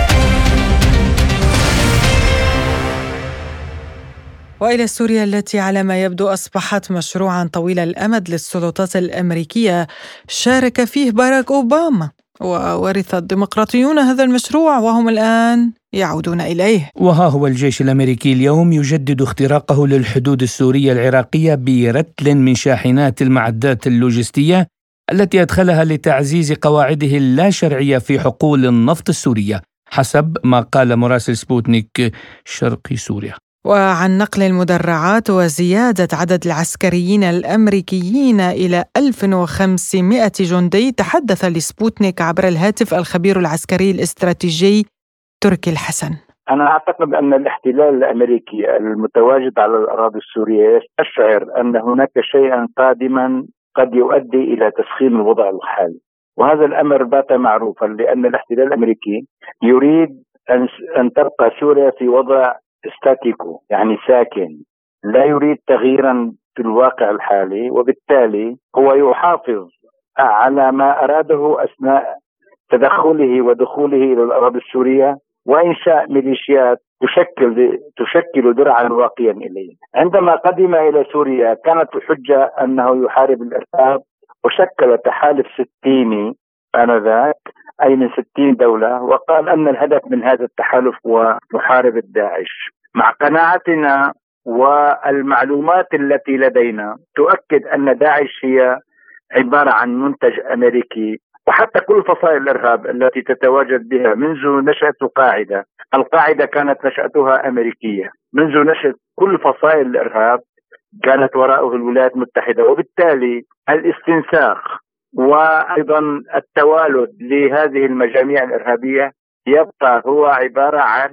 وإلى سوريا التي على ما يبدو أصبحت مشروعا طويل الأمد للسلطات الأمريكية شارك فيه باراك أوباما. وورث الديمقراطيون هذا المشروع وهم الآن يعودون إليه. وها هو الجيش الأمريكي اليوم يجدد اختراقه للحدود السورية العراقية برتل من شاحنات المعدات اللوجستية التي أدخلها لتعزيز قواعده اللاشرعية في حقول النفط السورية، حسب ما قال مراسل سبوتنيك شرقي سوريا. وعن نقل المدرعات وزيادة عدد العسكريين الأمريكيين إلى 1500 جندي تحدث لسبوتنيك عبر الهاتف الخبير العسكري الاستراتيجي تركي الحسن. أنا أعتقد أن الاحتلال الأمريكي المتواجد على الأراضي السورية يستشعر أن هناك شيئا قادما قد يؤدي إلى تسخين الوضع الحالي، وهذا الأمر بات معروفا لأن الاحتلال الأمريكي يريد أن تبقى سوريا في وضع ستاتيكو، يعني ساكن، لا يريد تغييرا في الواقع الحالي، وبالتالي هو يحافظ على ما أراده أثناء تدخله ودخوله إلى الأراضي السورية وإنشاء ميليشيات تشكل درعا واقيا إليه. عندما قدم إلى سوريا كانت الحجة أنه يحارب الإرهاب، وشكل تحالف 60 آنذاك، أي من 60 دولة، وقال أن الهدف من هذا التحالف هو محاربة داعش. مع قناعتنا والمعلومات التي لدينا تؤكد أن داعش هي عبارة عن منتج أمريكي، وحتى كل فصائل الإرهاب التي تتواجد بها منذ نشأة القاعدة كانت نشأتها أمريكية. منذ نشأة كل فصائل الإرهاب كانت وراءه الولايات المتحدة، وبالتالي الاستنساخ وأيضا التوالد لهذه المجاميع الإرهابية يبقى هو عبارة عن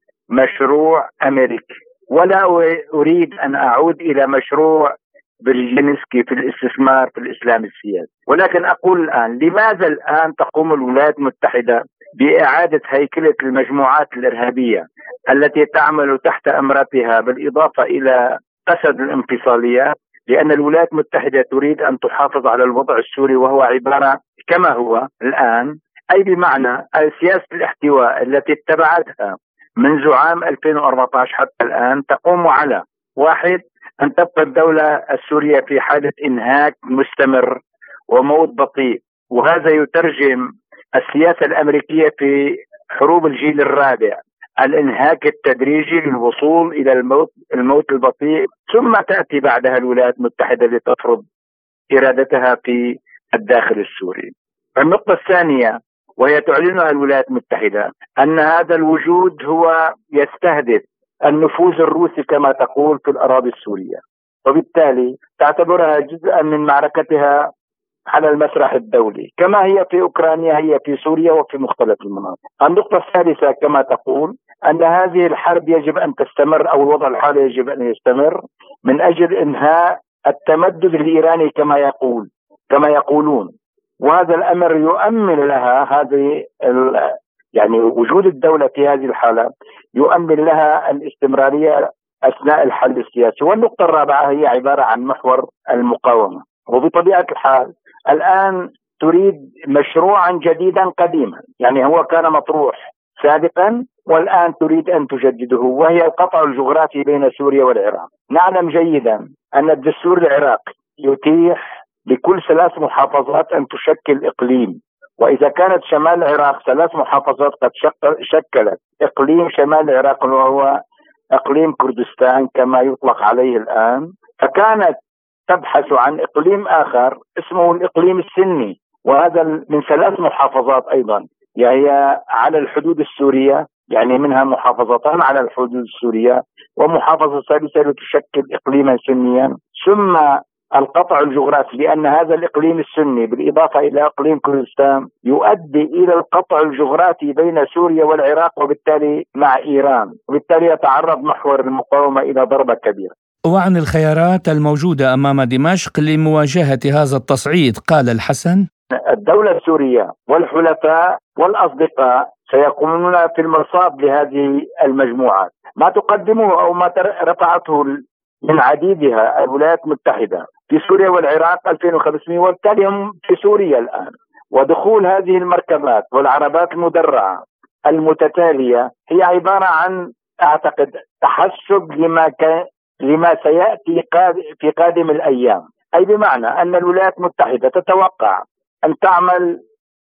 مشروع أمريكي. ولا أريد أن أعود إلى مشروع برجينسكي في الاستثمار في الإسلام السياسي، ولكن أقول الآن لماذا الآن تقوم الولايات المتحدة بإعادة هيكلة المجموعات الإرهابية التي تعمل تحت أمرتها، بالإضافة إلى قسد الانفصاليات؟ لأن الولايات المتحدة تريد أن تحافظ على الوضع السوري وهو عبارة كما هو الآن، أي بمعنى سياسة الاحتواء التي اتبعتها منذ عام 2014 حتى الآن تقوم على: واحد، أن تبقى الدولة السورية في حالة إنهاك مستمر وموت بطيء، وهذا يترجم السياسة الأمريكية في حروب الجيل الرابع، الإنهاك التدريجي للوصول إلى الموت البطيء، ثم تأتي بعدها الولايات المتحدة لتفرض إرادتها في الداخل السوري. النقطة الثانية وهي تعلنها الولايات المتحدة أن هذا الوجود هو يستهدف النفوذ الروسي كما تقول في الأراضي السورية، وبالتالي تعتبرها جزءا من معركتها على المسرح الدولي، كما هي في أوكرانيا هي في سوريا وفي مختلف المناطق. النقطة الثالثة كما تقول أن هذه الحرب يجب أن تستمر، أو الوضع الحالي يجب أن يستمر من أجل إنهاء التمدد الإيراني كما يقولون، وهذا الأمر يؤمن لها يعني وجود الدولة في هذه الحالة يؤمن لها الاستمرارية أثناء الحل السياسي. والنقطة الرابعة هي عبارة عن محور المقاومة، وبطبيعة الحال الآن تريد مشروعا جديدا قديما، يعني هو كان مطروح سابقا والآن تريد أن تجدده، وهي القطع الجغرافي بين سوريا والعراق. نعلم جيدا أن الدستور العراقي يتيح لكل 3 محافظات أن تشكل إقليم، وإذا كانت شمال العراق 3 محافظات قد شكلت إقليم شمال العراق وهو إقليم كردستان كما يطلق عليه الآن، فكانت تبحث عن إقليم آخر اسمه الإقليم السني، وهذا من 3 محافظات أيضا، هي على الحدود السورية، يعني منها محافظتان على الحدود السورية ومحافظة ثالثة لتشكل إقليما سنيا، ثم القطع الجغرافي، لأن هذا الإقليم السني بالإضافة إلى إقليم كردستان يؤدي إلى القطع الجغرافي بين سوريا والعراق وبالتالي مع إيران، وبالتالي يتعرض محور المقاومة إلى ضربة كبيرة. وعن الخيارات الموجودة أمام دمشق لمواجهة هذا التصعيد قال الحسن: الدولة السورية والحلفاء والأصدقاء سيقومون في المرصاد لهذه المجموعات. ما تقدمه أو ما رفعته من عديدها الولايات المتحدة في سوريا والعراق 2500، وبالتالي هم في سوريا الآن، ودخول هذه المركبات والعربات المدرعة المتتالية هي عبارة عن أعتقد تحسب لما سيأتي في قادم الأيام، أي بمعنى أن الولايات المتحدة تتوقع أن تعمل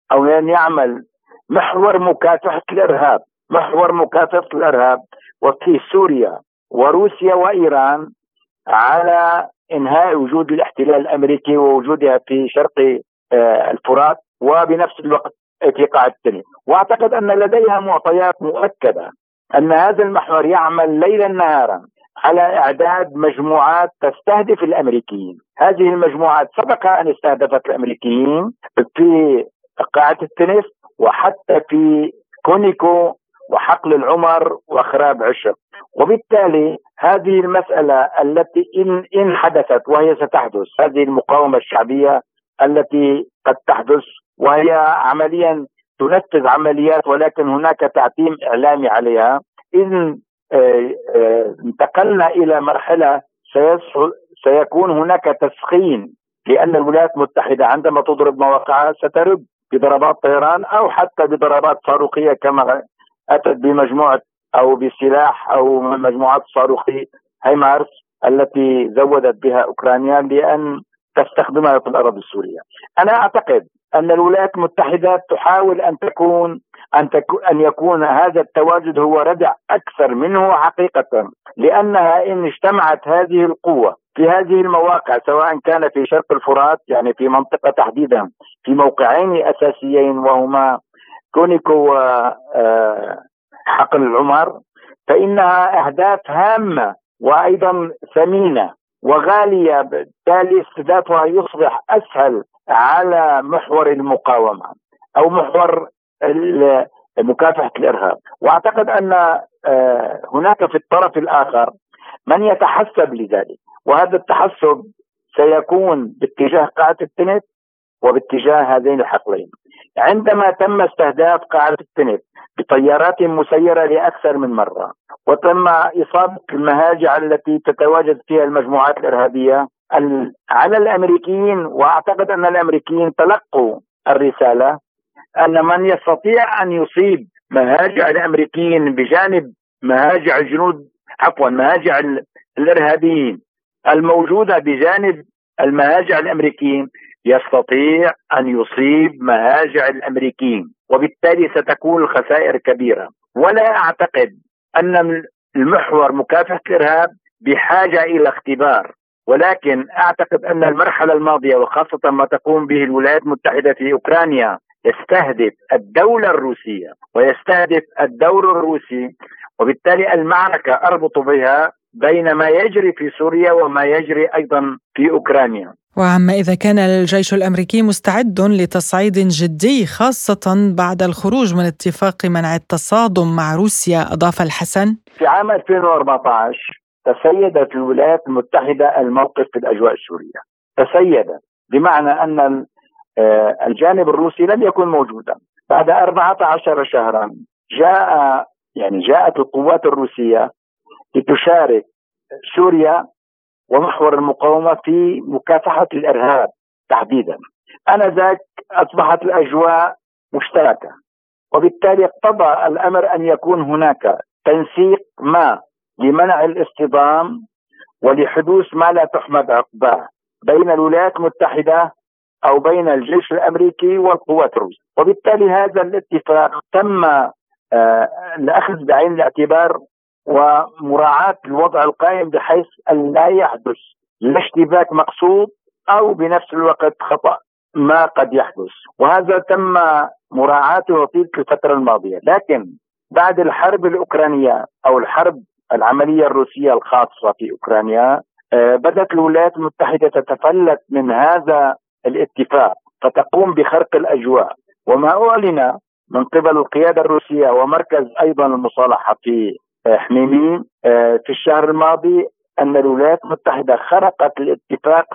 أو أن يعمل محور مكافحة الإرهاب، محور مكافحة الإرهاب وفي سوريا وروسيا وإيران على إنهاء وجود الاحتلال الأمريكي ووجودها في شرق الفرات، وبنفس الوقت في قاعدة التنين. وأعتقد أن لديها معطيات مؤكدة أن هذا المحور يعمل ليلا نهارا على إعداد مجموعات تستهدف الأمريكيين. هذه المجموعات سبق أن استهدفت الأمريكيين في قاعدة التنس وحتى في كونيكو وحقل العمر وخراب عشق. وبالتالي هذه المسألة التي إن حدثت وهي ستحدث، هذه المقاومة الشعبية التي قد تحدث وهي عمليا تنفذ عمليات ولكن هناك تعتيم إعلامي عليها، إن انتقلنا إلى مرحلة سيكون هناك تسخين، لأن الولايات المتحدة عندما تضرب مواقعها سترد بضربات طيران أو حتى بضربات صاروخية كما أتت بمجموعة أو بسلاح أو مجموعات صاروخية هايمارس التي زودت بها أوكرانيا لأن تستخدمها في الأراضي السورية. أنا أعتقد أن الولايات المتحدة تحاول أن يكون هذا التواجد هو ردع أكثر منه حقيقة، لأنها إن اجتمعت هذه القوة في هذه المواقع سواء كان في شرق الفرات، يعني في منطقة تحديدا في موقعين أساسيين وهما كونيكو وحقل العمر، فإنها أهداف هامة وأيضا ثمينة وغالية، بالتالي استهدافها يصبح أسهل على محور المقاومة أو محور مكافحة الإرهاب. وأعتقد أن هناك في الطرف الآخر من يتحسب لذلك، وهذا التحسب سيكون باتجاه قاعدة التنت وباتجاه هذين الحقلين. عندما تم استهداف قاعدة التنت بطيارات مسيرة لأكثر من مرة وتم إصابة المهاجع التي تتواجد فيها المجموعات الإرهابية على الأمريكيين، وأعتقد أن الأمريكيين تلقوا الرسالة أن من يستطيع أن يصيب مهاجع الأمريكيين بجانب مهاجع مهاجع الإرهابيين الموجودة بجانب المهاجع الأمريكيين يستطيع أن يصيب مهاجع الأمريكيين، وبالتالي ستكون الخسائر كبيرة. ولا أعتقد أن المحور مكافحة الإرهاب بحاجة إلى اختبار، ولكن أعتقد أن المرحلة الماضية وخاصة ما تقوم به الولايات المتحدة في أوكرانيا يستهدف الدولة الروسية ويستهدف الدور الروسي، وبالتالي المعركة أربط بها بين ما يجري في سوريا وما يجري أيضا في أوكرانيا. وعما إذا كان الجيش الأمريكي مستعد لتصعيد جدي خاصة بعد الخروج من اتفاق منع التصادم مع روسيا، أضاف الحسن. في عام 2014 تسيدت الولايات المتحدة الموقف في الأجواء السورية، تسيدت بمعنى أن الجانب الروسي لم يكن موجودا. بعد 14 شهرا جاءت القوات الروسية لتشارك سوريا ومحور المقاومة في مكافحة الإرهاب تحديدا. آنذاك أصبحت الأجواء مشتركة، وبالتالي اقتضى الأمر أن يكون هناك تنسيق ما لمنع الاصطدام ولحدوث ما لا تحمد عقباه بين الولايات المتحدة أو بين الجيش الأمريكي والقوات الروسية. وبالتالي هذا الاتفاق تم الأخذ بعين الاعتبار ومراعاة الوضع القائم بحيث أن لا يحدث لا اشتباك مقصود أو بنفس الوقت خطأ ما قد يحدث، وهذا تم مراعاته طيلة الفترة الماضية. لكن بعد الحرب الأوكرانية أو الحرب العملية الروسية الخاصة في أوكرانيا بدأت الولايات المتحدة تتفلت من هذا الاتفاق فتقوم بخرق الأجواء. وما أعلن من قبل القيادة الروسية ومركز أيضا المصالحة في حميميم في الشهر الماضي أن الولايات المتحدة خرقت الاتفاق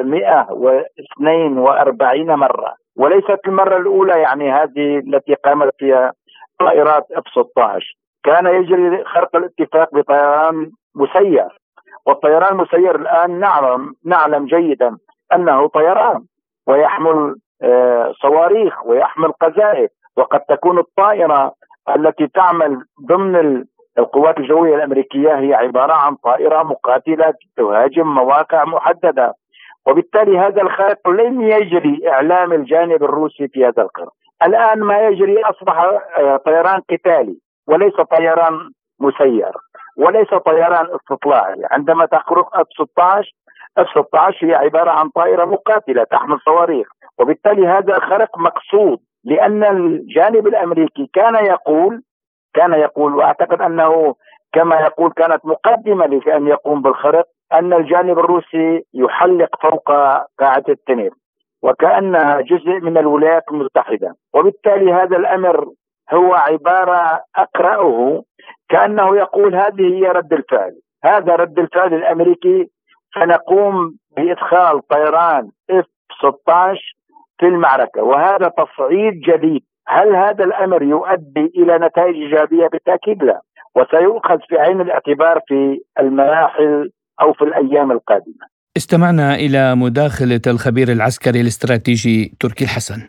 742 مرة، وليست المرة الأولى يعني هذه التي قامت فيها طائرات F-16. كان يجري خرق الاتفاق بطيران مسير، والطيران المسير الآن نعلم جيدا أنه طيران ويحمل صواريخ ويحمل قذائف، وقد تكون الطائرة التي تعمل ضمن القوات الجوية الأمريكية هي عبارة عن طائرة مقاتلة تهاجم مواقع محددة. وبالتالي هذا الخرق لن يجري إعلام الجانب الروسي في هذا الخرق، الآن ما يجري أصبح طيران قتالي وليس طيران مسير وليس طيران استطلاعي. عندما تخرج F-16 هي عبارة عن طائرة مقاتلة تحمل صواريخ، وبالتالي هذا خرق مقصود، لأن الجانب الأمريكي كان يقول وأعتقد أنه كما يقول كانت مقدمة لأن يقوم بالخرق، أن الجانب الروسي يحلق فوق قاعدة تنيف وكأنها جزء من الولايات المتحدة. وبالتالي هذا الأمر هو عبارة أقرأه كأنه يقول هذه هي رد الفعل، هذا رد الفعل الأمريكي، سنقوم بإدخال طيران F-16 في المعركة، وهذا تصعيد جديد. هل هذا الأمر يؤدي إلى نتائج إيجابية؟ بالتأكيد لا، وسيؤخذ في عين الاعتبار في المراحل أو في الأيام القادمة. استمعنا إلى مداخلة الخبير العسكري الاستراتيجي تركي الحسن.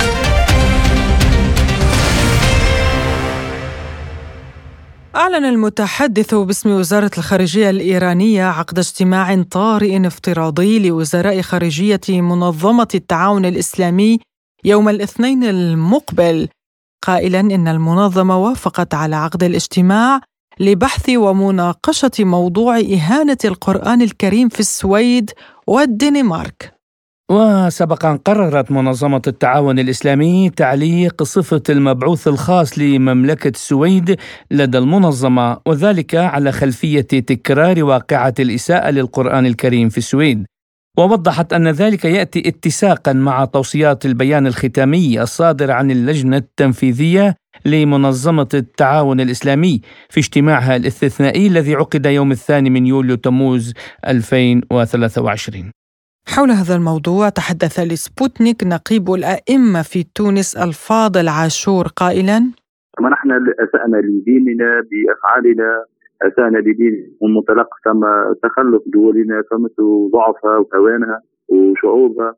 أعلن المتحدث باسم وزارة الخارجية الإيرانية عقد اجتماع طارئ افتراضي لوزراء خارجية منظمة التعاون الإسلامي يوم الاثنين المقبل، قائلا إن المنظمة وافقت على عقد الاجتماع لبحث ومناقشة موضوع إهانة القرآن الكريم في السويد والدنمارك. وسبق أن قررت منظمة التعاون الإسلامي تعليق صفة المبعوث الخاص لمملكة السويد لدى المنظمة، وذلك على خلفية تكرار واقعة الإساءة للقرآن الكريم في السويد. ووضحت أن ذلك يأتي اتساقا مع توصيات البيان الختامي الصادر عن اللجنة التنفيذية لمنظمة التعاون الإسلامي في اجتماعها الاستثنائي الذي عقد يوم 2 يوليو تموز 2023. حول هذا الموضوع تحدث لسبوتنيك نقيب الأئمة في تونس الفاضل عاشور قائلا: نحن أسأنا لديننا بأفعالنا، أسأنا لدين من منطلق ثم تخلف دولنا، فمثل ضعفها وهوانها وشعوبها.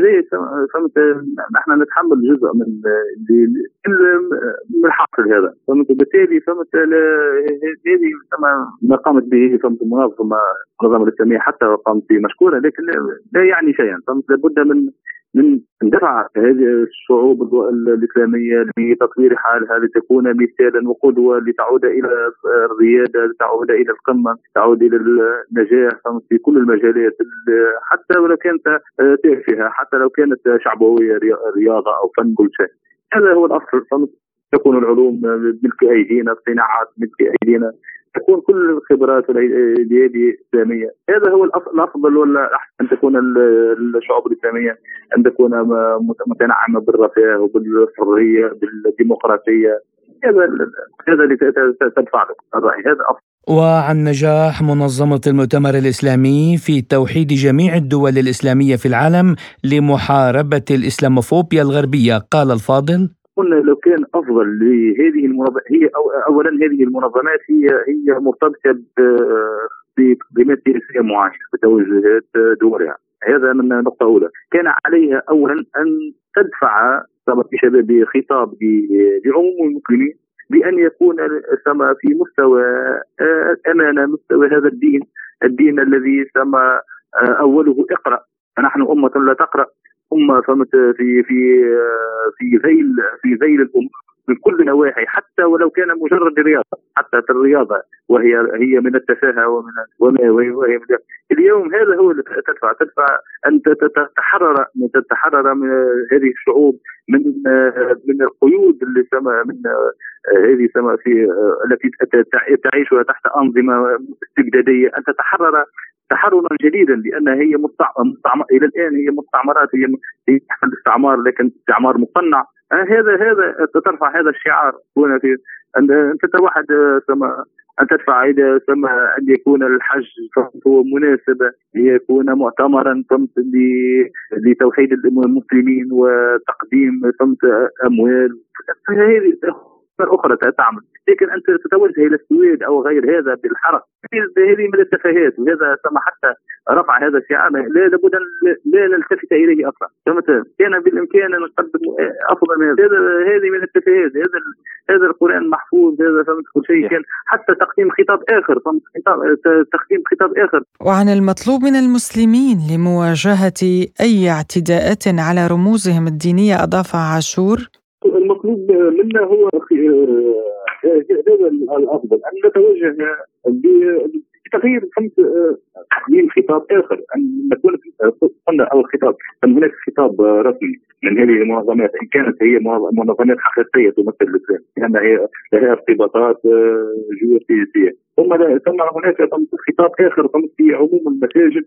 نحن نتحمل جزء من حاصل هذا، فبالتالي هذه ما قامت به المنظمة الإسلامية حتى قامت به مشكورة، لكن لا يعني شيئا. لابد من دفع هذه الشعوب الإسلامية لتطوير حالها لتكون مثالا وقدوة، لتعود إلى الريادة، لتعود إلى القمة، تعود إلى النجاح في كل المجالات، حتى ولو كانت تافهة، حتى لو كانت شعبوية، رياضة أو فن، كل شيء. هذا هو الأصل. تكون العلوم ملك أيدينا، الصناعات ملك أيدينا، تكون كل الخبرات اليدي إسلامية. هذا هو الأفضل ولا أحسن، أن تكون الشعوب الإسلامية أن تكون متنعمة بالرفاه وبالحرية بالديمقراطية. هذا اللي تدفع الرأي، هذا أفضل. وعن نجاح منظمة المؤتمر الإسلامي في توحيد جميع الدول الإسلامية في العالم لمحاربة الإسلاموفوبيا الغربية، قال الفاضل: قلنا لو كان أفضل لهذه المنظمات، هي أولا هذه المنظمات هي مرتبطة بقيمات سياسية معينة بتوجهات دولها. هذا من نقطة أولى. كان عليها أولا أن تدفع بشباب خطاب لعموم المسلمين بأن يكون في مستوى أمانة، مستوى هذا الدين الذي أوله اقرأ. فنحن أمة لا تقرأ، أمة في ذيل الأمة من كل نواحي، حتى ولو كان مجرد رياضة، حتى في الرياضة وهي من التفاهة وهي من اليوم. هذا هو اللي تدفع أن تتحرر من هذه الشعوب من القيود اللي التي تعيشها تحت أنظمة استبدادية، أن تتحرر تحررا جديدا، لأن هي مستعمر إلى الآن، هي مستعمرات، هي تحت الاستعمار، لكن استعمار مقنع. هذا ترفع هذا الشعار هنا في أن تتوحد، أن تدفع إلى أن يكون الحج هو مناسبة، ليكون مؤتمرا لتوحيد المسلمين وتقديم أموال. هذه أخرى تعمل، لكن أنت تتوجه إلى السويد أو غير هذا بالحرق، هذه من التفاهات. وهذا حتى رفع هذا الشعار لابد لا نلتفت إليه أصلا. كان بالإمكان أن نقدم أفضل من هذه من التفاهات. هذا القرآن محفوظ، هذا كل شيء. كان حتى تقديم خطاب آخر. وعن المطلوب من المسلمين لمواجهة أي اعتداءات على رموزهم الدينية، أضاف عاشور: المطلوب منا هو هذا الافضل ان نتوجه بتغيير تقديم خطاب اخر، ان نكون قلنا او خطاب ان هناك خطاب رسمي من هذه المنظمات ان كانت هي منظمات حقيقيه تمثل الاسلام، لان لها ارتباطات جيوسياسيه، ثم هناك خطاب اخر في عموم المساجد،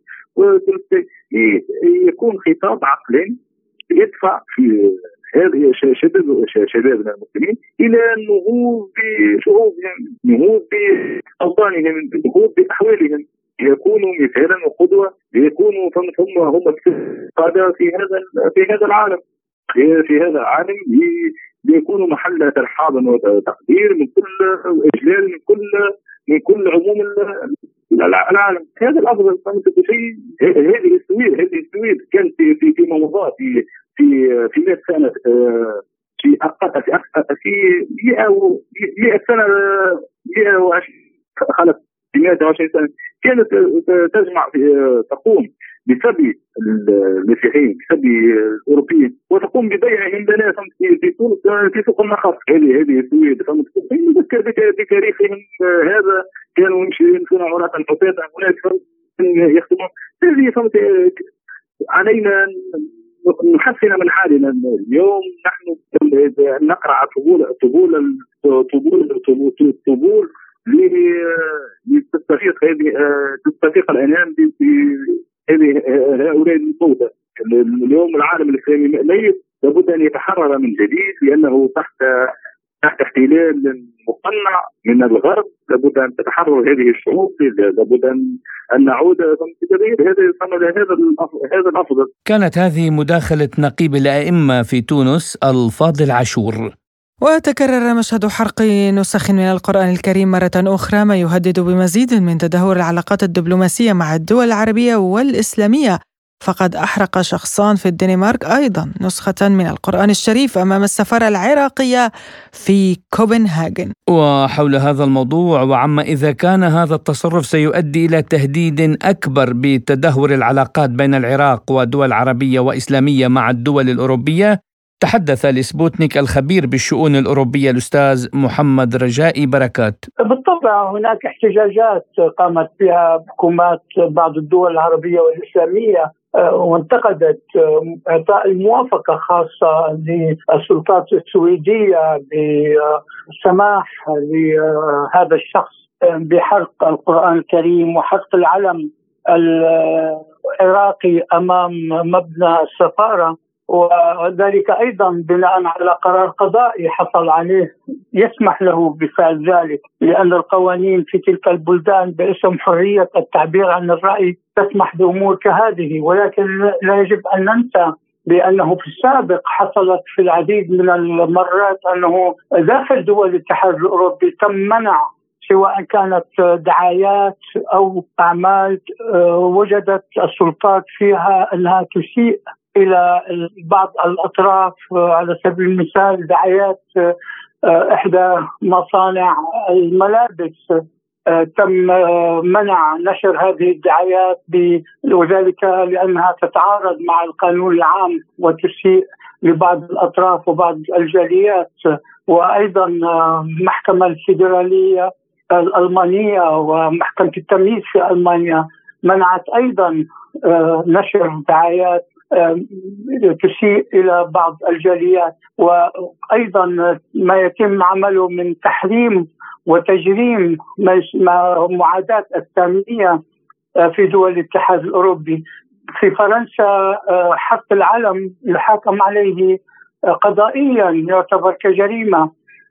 يكون خطاب عقلي يدفع في هذه شبابنا المسلمين الى النهوض بشعوبهم، النهوض باوطانهم، النهوض باحوالهم، ليكونوا مثالا وقدوه، ليكونوا هم القاده في هذا العالم، في هذا العالم، ليكونوا محل ترحاب وتقدير من كل اجلال، من كل عموم العالم. هذا الافضل. هذه السويد كانت في مضى في 100 سنه، في 100 سنه، 120 خلت في 120 سنه كانت تجمع تقوم بسبي المسيحيين، بسبي الاوروبيين، وتقوم ببيعهم لنا في تونس في سوق النخل. هذه السويد نذكر بتاريخهم هذا، كانوا يمشون عراة حفاة هناك يخدمون. هذه علينا نحسن من حالنا اليوم. نحن نقرع طبول لتستفيق الانام هؤلاء الموتى. اليوم العالم الاسلامي ميت، لابد ان يتحرر من جديد، لانه تحت احتلال مقنع من الغرب. لابد ان تتحرر هذه الشعوب، لابد ان نعود بتغيير هذا الافضل. كانت هذه مداخله نقيب الائمه في تونس الفاضل عاشور. وتكرر مشهد حرق نسخ من القرآن الكريم مرة أخرى، ما يهدد بمزيد من تدهور العلاقات الدبلوماسية مع الدول العربية والإسلامية. فقد أحرق شخصان في الدنمارك أيضا نسخة من القرآن الشريف أمام السفارة العراقية في كوبنهاجن. وحول هذا الموضوع وعما إذا كان هذا التصرف سيؤدي إلى تهديد أكبر بتدهور العلاقات بين العراق ودول عربية وإسلامية مع الدول الأوروبية، تحدث لسبوتنيك الخبير بالشؤون الأوروبية الأستاذ محمد رجائي بركات. بالطبع هناك احتجاجات قامت بها حكومات بعض الدول العربية والإسلامية، وانتقدت إعطاء الموافقة خاصة للسلطات السويدية بالسماح لهذا الشخص بحرق القرآن الكريم وحرق العلم العراقي أمام مبنى السفارة، وذلك أيضا بناء على قرار قضائي حصل عليه يسمح له بفعل ذلك، لأن القوانين في تلك البلدان باسم حرية التعبير عن الرأي تسمح بأمور كهذه. ولكن لا يجب أن ننسى بأنه في السابق حصلت في العديد من المرات أنه داخل دول الاتحاد الأوروبي تم منع، سواء كانت دعايات أو أعمال وجدت السلطات فيها أنها تسيء إلى بعض الأطراف. على سبيل المثال دعايات إحدى مصانع الملابس تم منع نشر هذه الدعايات، وذلك لأنها تتعارض مع القانون العام وتسيء لبعض الأطراف وبعض الجاليات. وأيضا محكمة الفيدرالية الألمانية ومحكمة التمييز في ألمانيا منعت أيضا نشر دعايات تسيء إلى بعض الجاليات. وأيضا ما يتم عمله من تحريم وتجريم معاداة السامية في دول الاتحاد الأوروبي. في فرنسا حرق العلم يحاكم عليه قضائيا، يعتبر كجريمة،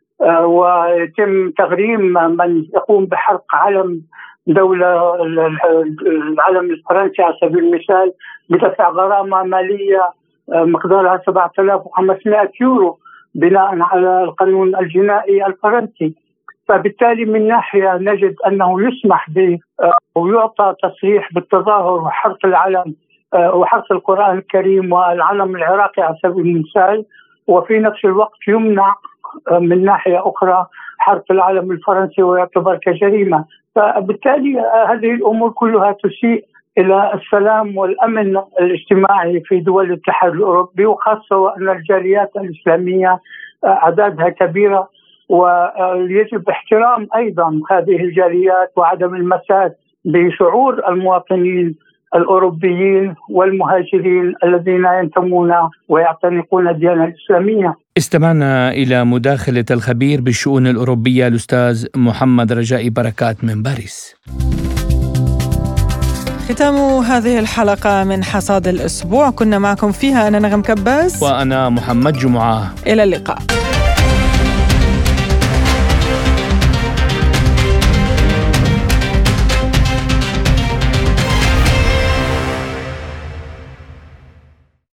ويتم تغريم من يقوم بحرق علم دولة العلم الفرنسي على سبيل المثال بدفع غرامة مالية مقدارها 7500 يورو بناء على القانون الجنائي الفرنسي. فبالتالي من ناحية نجد أنه يسمح به ويعطى تصريح بالتظاهر وحرق العلم وحرق القرآن الكريم والعلم العراقي على سبيل المثال، وفي نفس الوقت يمنع من ناحية أخرى حرق العلم الفرنسي ويعتبر كجريمة. فبالتالي هذه الأمور كلها تسيء إلى السلام والأمن الاجتماعي في دول الاتحاد الأوروبي، وخاصة وأن الجاليات الإسلامية أعدادها كبيرة، ويجب احترام أيضا هذه الجاليات وعدم المساس بشعور المواطنين الأوروبيين والمهاجرين الذين ينتمون ويعتنقون الديانة الإسلامية. استمعنا إلى مداخلة الخبير بالشؤون الأوروبية الأستاذ محمد رجائي بركات من باريس. ختام هذه الحلقة من حصاد الأسبوع، كنا معكم فيها أنا نغم كباس وأنا محمد جمعة. إلى اللقاء.